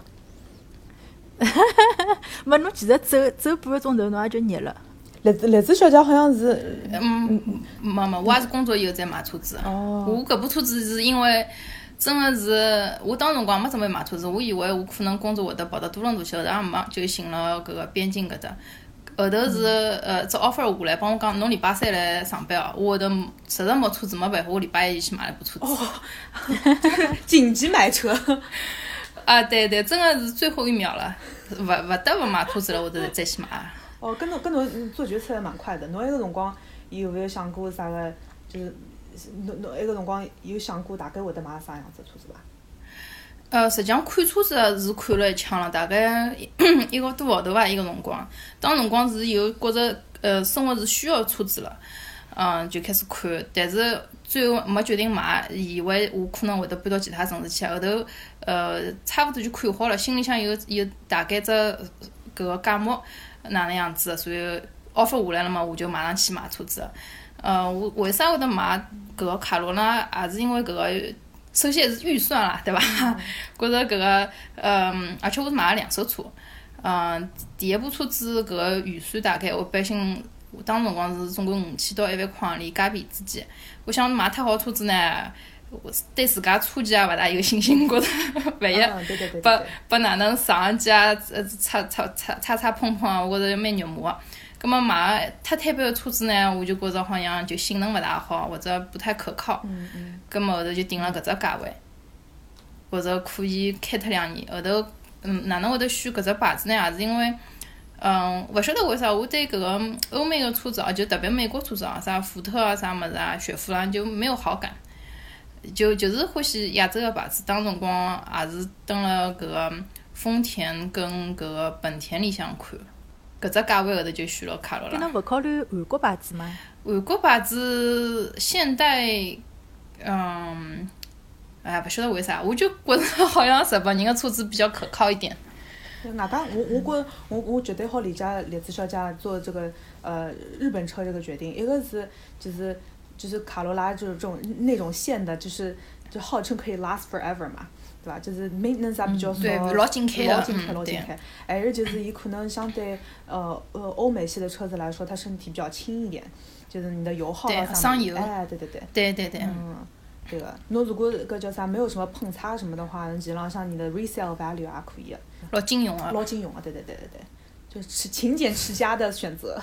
Speaker 3: 没，侬其实走走半个钟头，侬也就热了。
Speaker 2: 栗子栗子小姐好像是，
Speaker 4: 嗯，没没，我也是工作以后再买车子。
Speaker 2: 哦。
Speaker 4: 我搿部车子是因为。真的是，我当辰光没准备买车子，我以为我可能工作会得跑到多伦多去，后头也没，就寻了搿个边境搿搭。后头是呃，只 offer 下来，帮我讲侬礼拜三来上班哦。我后头实在没车子，没办法，我礼拜一去买了部车子。
Speaker 2: 哦，紧急买车。
Speaker 4: 啊，对对，真的是最后一秒了，勿勿得勿买车子了，我头再去买。
Speaker 2: 哦，跟侬跟侬做决策还蛮快的。侬埃个辰光有没有想过啥个？就是侬侬埃个辰光有想过大概会得买啥样子车子伐？
Speaker 4: 呃，实际上看车子是看了一腔了，大概一个多号头伐，一个辰光。当辰光是有觉着呃生活是需要车子了，嗯，就开始看，但是最后没决定买，以为我可能会得搬到其他城市去，后头呃差不多就看好了，心里向有有大概只搿个价目哪能样子，所以 offer 下来了嘛，我就马上去买车子。呃，我为啥会得买搿个卡罗拉？也是因为搿个，首先是预算啦，对伐？觉着搿个，嗯，而且我是买了两手车，嗯，第一部车子搿个预算大概一般性，当辰光是总归五千到一万块钿加币之间。我想买太好车子呢，我对自家车技也勿大有信心，觉着万一拨拨哪能上一机啊，呃，擦擦擦擦擦碰碰啊，我觉着蛮肉麻。咁么买太摊板的车子呢，我就觉着好像就性能勿大好，或者不太可靠。
Speaker 2: 嗯嗯。
Speaker 4: 咁么后头就定了搿只价位，觉着可以开脱两年。后头，嗯，哪能会得选搿只牌子呢？也是因为，嗯，勿晓得为啥我对搿个欧美的车子啊，就特别美国车子啊，啥福特啊、啥物事啊、雪佛兰就没有好感。就就是欢喜亚洲的牌子，当辰光也是登了搿个丰田跟搿个本田里向看。搿只价位后头就选了卡罗拉。
Speaker 3: 侬勿考虑韩国牌子吗？
Speaker 4: 韩国牌子现代，嗯，哎，勿晓得为啥，我就觉着好像日本人的车子比较可靠一点。
Speaker 2: 外加我我觉我我绝对好理解栗子小姐做这个呃日本车这个决定，一个是就是就是卡罗拉就是这种那种线的，就是就号称可以 last forever 嘛。对伐？就是 maintenance 也比较少，
Speaker 4: 对，老紧开的，
Speaker 2: 老紧开，老紧开。还是就是伊可能相对呃呃欧美系的车子来说，它身体比较轻一点，就是你的油耗啊
Speaker 4: 啥的，
Speaker 2: 哎，对对对。
Speaker 4: 对对对。
Speaker 2: 嗯，对个。侬如果搿叫啥没有什么碰擦什么的话，基本上像你的 resale value 也可以。
Speaker 4: 老经用啊。
Speaker 2: 老经用啊，对对对对对。就是勤俭持家的选择。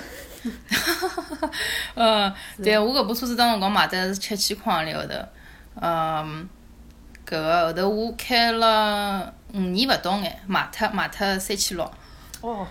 Speaker 4: 嗯，对，我搿部车子当辰光买的是七千块钿后头，嗯。搿个后头我开了五年勿到眼，卖脱卖脱三千六。
Speaker 2: 哦，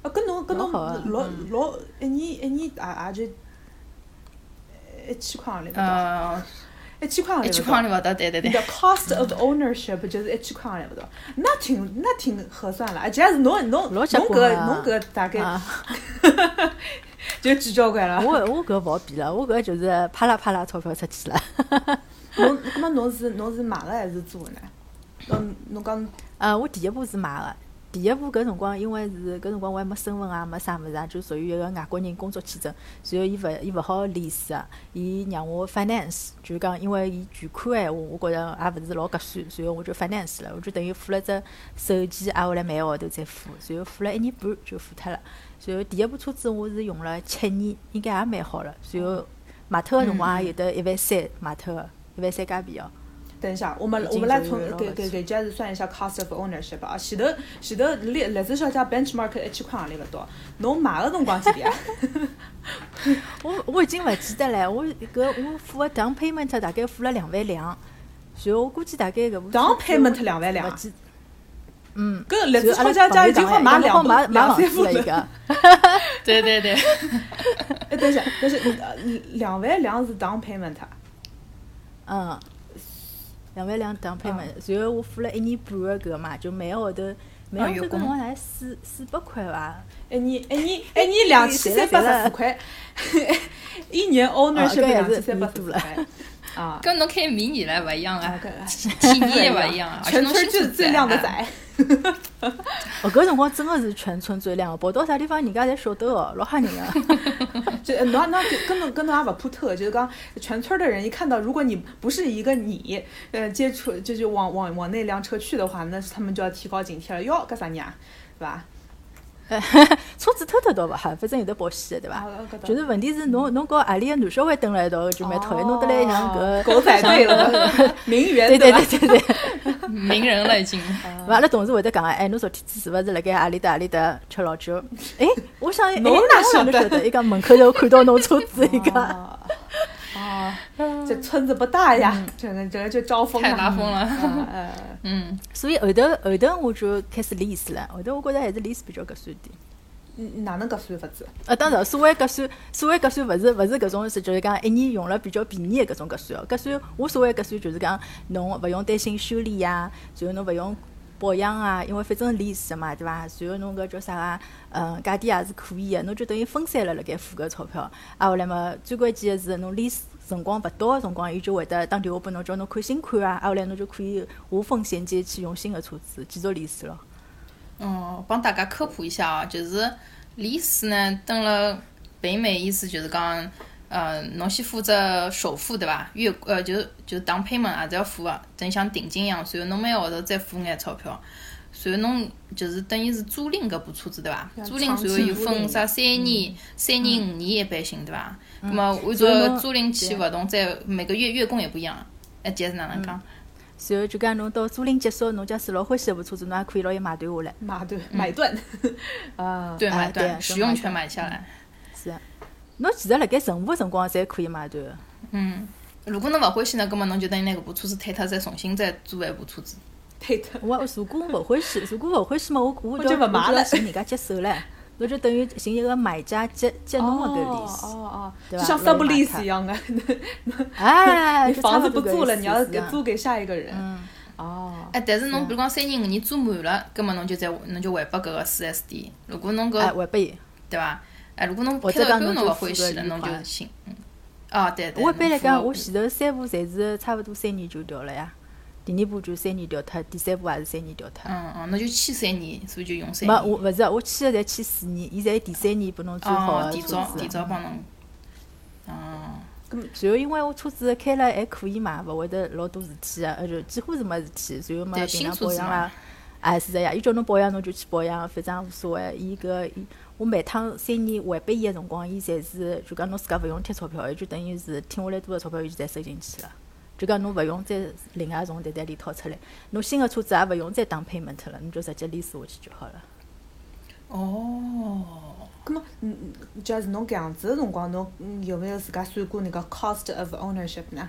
Speaker 2: 啊，搿侬搿侬
Speaker 3: 老好啊
Speaker 2: 老老一年一年也也就一千块行钿勿到，
Speaker 4: 呃，
Speaker 2: 一千块行钿勿到。
Speaker 4: 一千块钿勿到，对对对
Speaker 2: 你。的 cost of ownership 就是一千块行钿勿到，那挺那挺合算了，而且是侬侬侬
Speaker 3: 老结棍
Speaker 2: 搿
Speaker 3: 啊
Speaker 2: 侬搿大概
Speaker 3: 啊
Speaker 2: 就几交关了。
Speaker 3: 我我搿勿好比了，我搿就是啪啦啪啦钞票出去了。
Speaker 2: 侬搿么侬是侬是买个还是租个呢？侬侬讲
Speaker 3: 呃，我第一步是买个，第一步搿辰光因为是搿辰光我还没身份啊，没啥物事啊，就属于一个外国人工作签证，然后伊勿伊勿好 lease 啊，伊让我 finance，就是讲因为伊全款闲话，我觉着也勿是老合算，然后我就 finance 了，我就等于付了只首期，挨下来每个号头再付，然后付了一年半就付脱了。然后第一部车子我是用了七年，应该也蛮好了。然后卖脱个辰光也有得一万三卖脱个，一万三加币哦。
Speaker 2: 等一下，我们我们来从给给给家子算一下 cost of ownership 啊。前头前头历历史小姐 benchmark 一千块行钿勿到，侬买个辰光几钿啊？
Speaker 3: 我我已经勿记得了，我搿我付个 down payment 大概付了两万两，然后我估计大概搿部
Speaker 2: down payment 两万两
Speaker 3: 勿记嗯，
Speaker 2: 搿历史小姐姐已经好买两
Speaker 3: 买买
Speaker 2: 两
Speaker 3: 房子了一
Speaker 2: 三部了。
Speaker 3: 个。
Speaker 4: 对对对，
Speaker 2: 哎，等一下，但是呃两万两是 down payment 啊。
Speaker 3: 嗯，两万两 down payment，然后我付了一年半个搿个嘛，就每个号头每个号头搿辰光才四四百块伐？
Speaker 2: 一年一年一年两千三百十四块，一年 ownership 两千三百十四块。啊，
Speaker 4: 跟侬开迷你了勿一样啊，
Speaker 2: 搿
Speaker 4: 体验也勿一样啊，而且
Speaker 2: 全
Speaker 4: 侬新车
Speaker 2: 村就是最靓的
Speaker 4: 子啊
Speaker 2: 仔。
Speaker 3: 哦，搿辰光真个是全村最靓，跑到啥地方人家侪晓得哦，老吓人个。
Speaker 2: 就呃侬侬就跟侬跟侬也勿怕脱，就是讲全村的人一看到，如果你不是一个你，呃，接触就是往往往那辆车去的话，那他们就要提高警惕了。哟，搿啥人啊，对伐？
Speaker 3: 车子偷偷倒勿哈，反正有得保险的，对伐
Speaker 2: 啊搿？倒
Speaker 3: 就是问题是侬侬和何里个男小孩蹲辣一道就蛮讨厌，弄得来像搿
Speaker 2: 狗仔队了，名媛
Speaker 3: 对对
Speaker 2: 吧？
Speaker 3: 对对对。
Speaker 4: 名人了已经。
Speaker 3: 阿拉同事会得讲哎，侬昨天子是勿是辣盖何里搭何里搭吃老酒？哎，我想哎，
Speaker 2: 侬
Speaker 3: 哪
Speaker 2: 哪晓得
Speaker 3: 晓得？伊讲门口头看到侬车子，伊讲。
Speaker 2: 啊啊，这村子不大呀，这个这个就招风了，
Speaker 4: 太拉风了
Speaker 2: 啊呃
Speaker 4: 嗯，
Speaker 3: 所以后头后头我就开始 lease 了，后头我觉着还是 lease 比较合算点。
Speaker 2: 嗯哪能搿算法子？
Speaker 3: 呃，当然，所谓合算，所谓合算勿是勿是搿种是就是讲一年用了比较便宜的搿种合算哦。合算我所谓合算就是讲侬勿用担心修理呀，然后侬勿用保养啊，因为反正 lease 的嘛，对伐？然后侬搿叫啥啊？嗯，价钿也是可以的，侬就等于分散了辣盖付搿钞票。啊，后来嘛，最关键的是侬 lease 辰光勿到个辰光，伊就会得打电话拨侬，叫侬看新款啊。啊，后来侬就可以无缝衔接去用新的车子继续 lease 咯。
Speaker 4: 哦，帮大家科普一下啊，就是lease呢，登了北美意思就是讲，呃，侬先付只首付对伐？月呃就就 down payment 也是要付个，等于像定金一样，随后侬每个号头再付眼钞票，随后侬就是等于是租赁搿部车子对伐？租赁随后又分啥三年、三年、五年一般性对伐？那么按照租赁期合同，再每个月月供也不一样，哎，姐是哪能讲？
Speaker 3: 然后就讲侬到租赁结束，侬假使老欢喜一部车子，侬也可以拿伊买断下来。
Speaker 2: 买断买断，啊，
Speaker 4: 对，买
Speaker 3: 啊对
Speaker 4: 断，使用权买下来。
Speaker 3: 是啊，侬其实辣盖任何辰光侪可以买断的。
Speaker 4: 嗯，如果侬勿欢喜呢，葛末侬就等于拿搿部车子退脱，再重新再租一部车子。
Speaker 2: 退脱。
Speaker 3: 我如果勿欢喜，如果勿欢喜嘛，我我
Speaker 2: 我就勿买了
Speaker 3: 我就要寻人家接手唻，我就等于寻一个买家接接侬个搿
Speaker 2: 哦
Speaker 3: lease。
Speaker 2: 哦哦，
Speaker 3: 对吧
Speaker 2: 就像 sublease 一样的，
Speaker 3: 哎，
Speaker 2: 你
Speaker 3: 就
Speaker 2: 房子不租了，
Speaker 3: 差多搿意思
Speaker 2: 你要给
Speaker 3: 是啊
Speaker 2: 租给下一个人。
Speaker 3: 嗯，
Speaker 2: 哦，
Speaker 4: 哎，但是侬比如讲三年五年租满了，葛末侬就再侬就还拨搿个 四 S 店。如果侬
Speaker 3: 哎，
Speaker 4: 搿
Speaker 3: 还拨伊。
Speaker 4: 对伐？哎，如果侬
Speaker 3: 或
Speaker 4: 开到一半侬
Speaker 3: 者讲侬就
Speaker 4: 勿欢喜了，
Speaker 3: 付个
Speaker 4: 侬就
Speaker 3: 礼款
Speaker 4: 新。嗯。哦，对对。
Speaker 3: 我一般来讲，
Speaker 4: 侬付
Speaker 3: 我前头三部侪是差勿多三年就调了呀，第二部就三年调脱，第三部也是三年调脱。
Speaker 4: 嗯嗯，侬就签三年，所以就用三
Speaker 3: 没，
Speaker 4: 年。
Speaker 3: 我勿是，我签个侪签四年，伊侪第三年拨侬最好
Speaker 4: 哦，
Speaker 3: 个车
Speaker 4: 提早
Speaker 3: 子。
Speaker 4: 提早帮侬。哦。
Speaker 3: 然后因为我车子开了还可以嘛，勿会得老多事体个，而且几乎是没事体。然后嘛，
Speaker 4: 对
Speaker 3: 平常
Speaker 4: 新车子嘛
Speaker 3: 保养啦，哎是的呀，伊叫侬保养侬就去保养，反正也无所谓。伊搿伊我每趟三年还拨伊个辰光，伊侪是就讲侬自家勿用贴钞票，伊就等于是听下来多少钞票，伊就侪收进去了。就讲侬勿用再另外从袋袋里掏出来，侬新个车子也勿用再打 payment 了，侬就直接 lease 下去就好了。
Speaker 4: 哦。
Speaker 2: 咁么，嗯，假如侬搿样子个辰光，侬嗯有没有自家算过那个 cost of ownership 呢？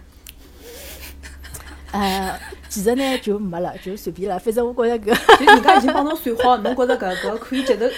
Speaker 3: 呃，其实呢就没了，就随便了，反正我觉着搿
Speaker 2: 就人家已经帮侬算好，侬觉着搿搿可以接受，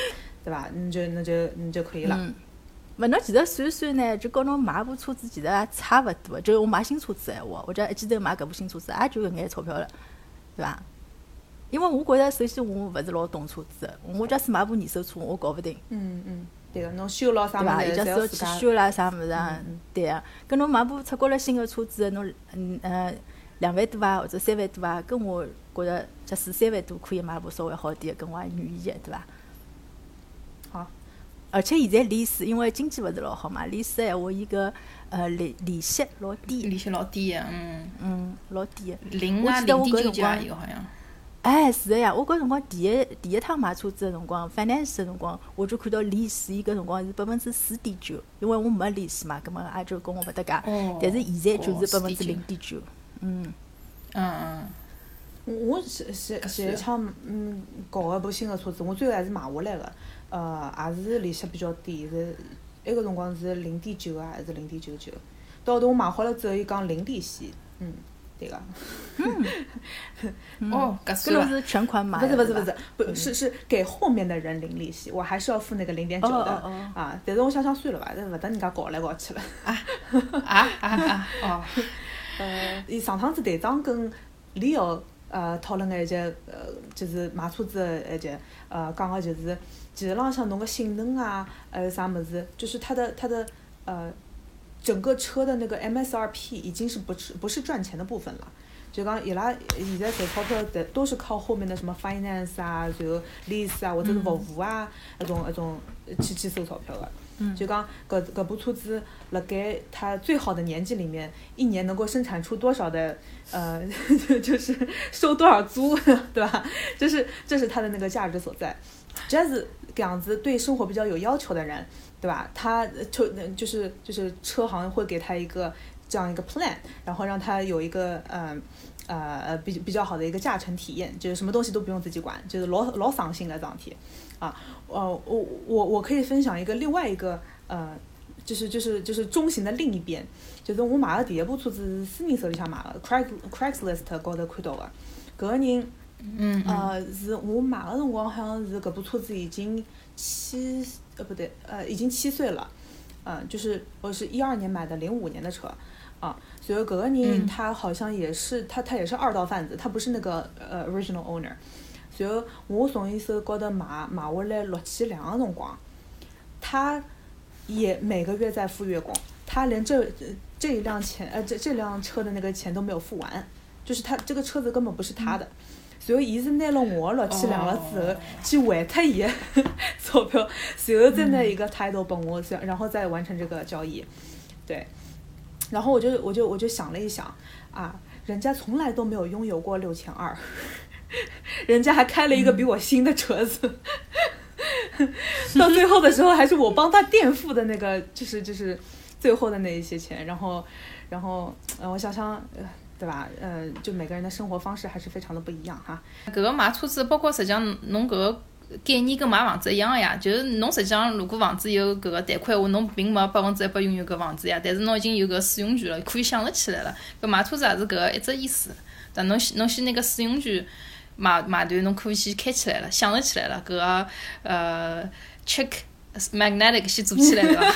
Speaker 2: 对伐？你就那就你就可以了。
Speaker 3: 嗯，勿侬其实算算呢，就跟侬买部车子其实也差勿多。就是我买新车子闲话，或者一记头买搿部新车子，也就搿眼钞票了，对伐？因为我觉着，首先我勿是老懂车子，我假使买部二手车，我搞勿定。
Speaker 2: 嗯嗯，对个，侬修咯啥
Speaker 3: 对伐？
Speaker 2: 物事，
Speaker 3: 伊假使要去修啦啥物事啊，对啊。跟侬买部出国了新个车子，侬嗯呃两万多啊，或者三万多啊，跟我觉着假使三万多可以买部稍微好点，跟我也愿意个，对伐？
Speaker 2: 好。
Speaker 3: 而且现在利息，因为经济勿是老好嘛，利息闲话，伊个呃利利息老低，
Speaker 4: 利息老低个，嗯
Speaker 3: 嗯，老低个。
Speaker 4: 零啊零点九几啊，有好像。
Speaker 3: 哎，是个呀！我搿辰光第一第一趟买车子个辰光，finance 个辰光，我就看到利息，伊搿辰光是百分之四点九，因为我没利息嘛，葛末也就跟我勿搭界。
Speaker 4: 哦。
Speaker 3: 但是现在就是百分之零点九，嗯。
Speaker 4: 嗯
Speaker 2: 嗯。我前前前一趟嗯搞个部新个车子，我最后还是买下来个，呃，也是利息比较低，是埃个辰光是零点九啊，还是零点九九？到后头我买好了之后，伊讲零利息，嗯。对个，
Speaker 3: 嗯，
Speaker 4: 哦，搿
Speaker 3: 算了。是全款买，
Speaker 2: 不是不是不是，不是是给后面的人零利息，我还是要付那个零点九的啊。但是我想想算了吧，勿得人家搞来搞去了。
Speaker 4: 啊啊啊啊！哦，
Speaker 2: 呃，伊上趟子队长跟李奥呃讨论个一节呃，就是买车子个一节呃讲个就是，其实浪向侬个性能啊，呃啥物事，就是它的它的呃。整个车的那个 M S R P 已经是不是不是赚钱的部分了，就讲伊拉现在赚钞票的都是靠后面的什么 finance 啊，然后 lease 啊，或者是服务啊，那种那种去去收钞票的。
Speaker 3: 嗯。
Speaker 2: 就讲搿搿部车子辣盖它最好的年纪里面，一年能够生产出多少的呃，就是收多少租，对吧？这是这是它的那个价值所在。只要是搿样子对生活比较有要求的人。对吧？他就就是就是车行会给他一个这样一个 plan， 然后让他有一个嗯呃呃比比较好的一个驾乘体验，就是什么东西都不用自己管，就是老老省心的这样体啊。呃，我我我可以分享一个另外一个呃，就是就是就是中型的另一边，就是我买的第一部车子是私人手里向买的 ，Craig Craigslist 高头看到的，搿个人
Speaker 4: 嗯
Speaker 2: 呃是我买的辰光好像是搿部车子已经七。呃不对，呃已经七岁了，嗯、呃，就是我是一二年买的，零五年的车，啊，所以搿个人他好像也是、嗯、他他也是二道贩子，他不是那个呃 original owner， 所以我从伊手高头买买下来六千两个辰光，他也每个月在付月供，他连这这一辆钱呃这这辆车的那个钱都没有付完，就是他这个车子根本不是他的。嗯，所以伊是拿了我六千两了之后，去还脱伊个钞票，随后再拿一个 title 拨我，然后再完成这个交易。对，然后我就我就我就想了一想，啊，人家从来都没有拥有过六千二，人家还开了一个比我新的车子，到最后的时候还是我帮他垫付的那个，就是就是最后的那一些钱，然后然后呃，我想想呃。对吧？呃，就每个人的生活方式还是非常的不一样哈。
Speaker 4: 搿个买车子，包括实际上侬搿个概念跟买房子一样个呀，就是侬实际上如果房子有搿个贷款话，侬并没百分之一百拥有搿房子呀，但是侬已经有搿使用权了，可以享受起来了。搿买车子也是搿个一只意思，但侬侬先拿个使用权买买断，侬可以先开起来了，享受起来了，搿个呃 check magnetic 先做起来了。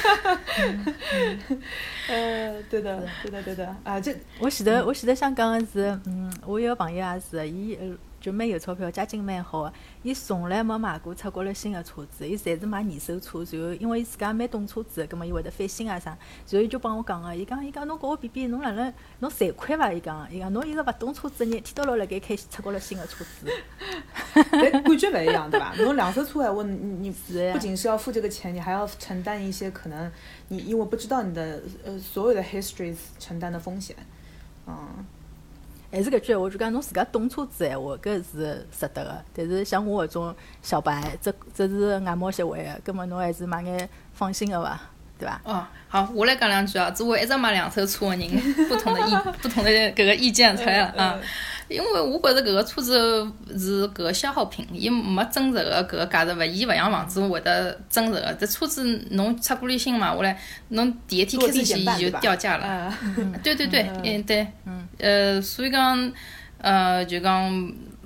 Speaker 2: 呃，对的，对的，对的啊，这
Speaker 3: 我前头我前头想讲的是，嗯，我有个朋友也是，伊就蛮有钞票，家境蛮好的，伊从来没买过出国了新的车子，伊侪是买二手车，然后因为伊自家蛮懂车子的，葛末伊会得翻新啊啥，然后伊就帮我讲个，伊讲伊讲侬跟我比比，侬哪能侬赚亏伐？伊讲伊讲侬一个勿懂车子的人，天到老辣盖开出国了新的车子，
Speaker 2: 但感觉勿一样，对吧？侬两手车闲话，你你不仅是要付这个钱，你还要承担一些可能你因为不知道你的呃所有的 histories 承担的风险，嗯。
Speaker 3: 还是搿句，我就讲侬自家懂车子闲话，搿是值得个。但是像我搿种小白，这这是外貌协会个，葛末侬还是买眼放心个伐，对伐？
Speaker 4: 哦，好，我来讲两句啊。作为一直买两手车个人，不同的意不同的搿个意见出来了啊。因为我觉着搿个车子是搿个消耗品，伊没真实个搿个价值，勿伊勿像房子会得真实个。这车子侬出国旅行买下来，侬第一天开出去伊就掉价了。对对对，嗯对，呃，所以讲，呃，就讲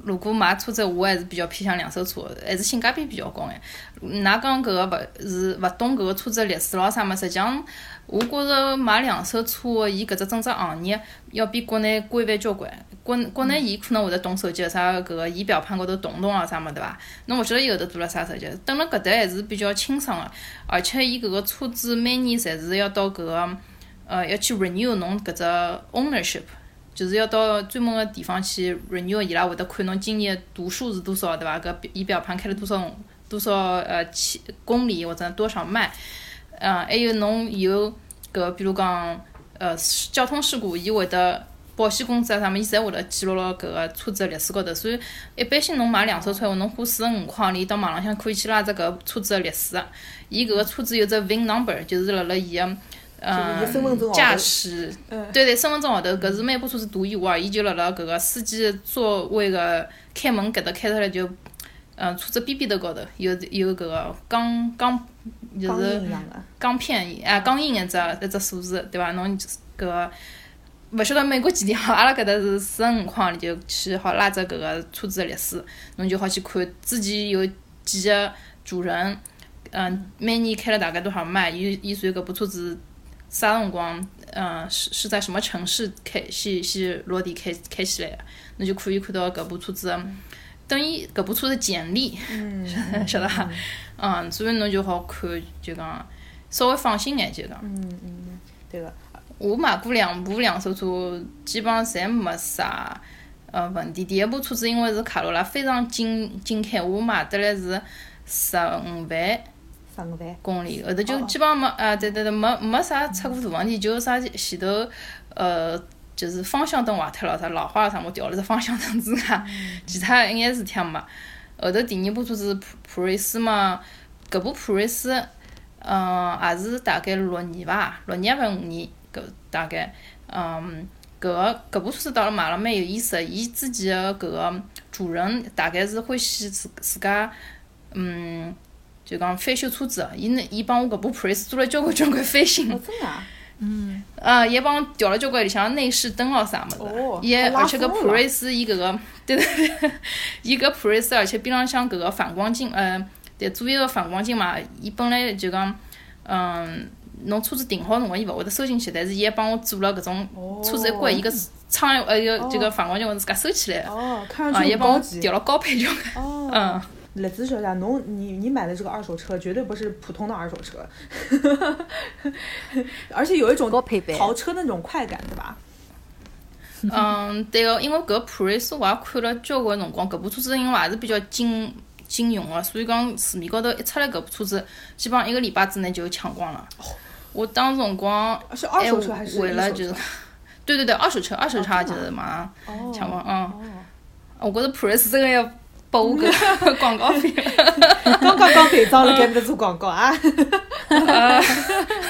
Speaker 4: 如果买车子，我还是比较偏向两手车，还是性价比比较高眼。㑚讲搿个勿是勿懂搿个车子历史咯啥么？实际上，我觉着买两手车，伊搿只整只行业要比国内规范交关。国国内伊可能会得动手机，啥搿个仪表盘高头动动啊啥么，对伐？侬勿晓得伊后头做了啥设计。等辣搿搭还是比较清爽个，而且伊搿个车子每年侪是要到搿个呃要去 renew 侬搿只 ownership。就是要到专门个地方去 renew， 伊拉会得看侬今年度数是多少，对伐？搿仪表盘开了多少多少呃千公里或者多少迈，呃，还有侬以后搿比如讲呃交通事故，伊会得保险公司啊啥么，伊侪会得记录辣搿个车子个历史高头。所以一般性侬买两手车，侬花四十五块钿到网浪向可以去拉只搿车子个历史。伊搿个车子有只 V I N number， 就是辣辣伊个。嗯，驾驶，对对，身份证号头，搿是每部车子独一无二，伊就辣辣搿个司机座位个开门搿搭开出来就，嗯，车子边边头高头有有搿个钢钢，就是钢片啊钢印一只一只数字，对伐？侬搿个勿晓得美国几钿好，阿拉搿搭是四十五块钿就去好拉只搿个车子个历史，侬就好去看之前有几个主人，嗯，每年开了大概多少迈，伊伊随搿部车子。啥辰光，嗯，是是在什么城市开是是落地开开起来的，侬就可以看到搿部车子，等于搿部车子简历，嗯，晓得伐？嗯，所以侬就好看，就讲稍微放心眼，就讲。
Speaker 2: 嗯嗯，对个。
Speaker 4: 我买过两部两手车，基本上侪没啥呃问题。第一部车子因为是卡罗拉，非常经经开，我买得来是十五万。
Speaker 2: 十五万
Speaker 4: 公里，后头就基本上没啊，对对对，没没啥出过大问题，就啥前头呃，就是方向灯坏脱了，啥老化了啥，我调了只方向灯之外，其他一眼事体也没。后头第二部车子普普锐斯嘛，搿部普锐斯，嗯，也是大概六年伐，六年还勿五年，搿大概，嗯，搿个搿部车子到了买了蛮有意思，伊之前个搿个主人大概是欢喜自自家，嗯。就讲翻修车子，伊呢，伊帮我搿部普锐斯做了交关交关翻新。
Speaker 2: 哦，真的啊？
Speaker 3: 嗯。
Speaker 4: 啊，伊帮我调了交关里向内饰灯咾啥物事。
Speaker 2: 哦。
Speaker 4: 伊而且搿普锐斯伊搿个，对对对，伊搿普锐斯而且边浪向搿个反光镜，呃，对，左右个反光镜嘛，伊本来就讲，嗯，侬车子停好辰光伊勿会得收进去，但是伊还帮我做了搿种车子一关，伊个窗呃个这个反光镜会自家收起来。
Speaker 2: 哦，看上去很高级。
Speaker 4: 啊，也帮我调了高配交关。
Speaker 2: 哦。
Speaker 4: 嗯。
Speaker 2: 来子小姐，侬你你买的这个二手车绝对不是普通的二手车，而且有一种豪车那种快感，对吧？
Speaker 4: 嗯，对个，因为搿普锐斯我也看了交关辰光，搿部车子因为也是比较经经用个，所以讲市面高头一出来搿部车子，基本上一个礼拜之内就抢光了。哦、我当时辰光
Speaker 2: 是二手车还是
Speaker 4: 为了就是，对对对，二手车，二手车就是马上抢光，嗯。哦、我觉着普锐斯真个要。拨我个广告费，
Speaker 2: 刚刚刚肥皂了，该不得做广告啊！
Speaker 4: 呃，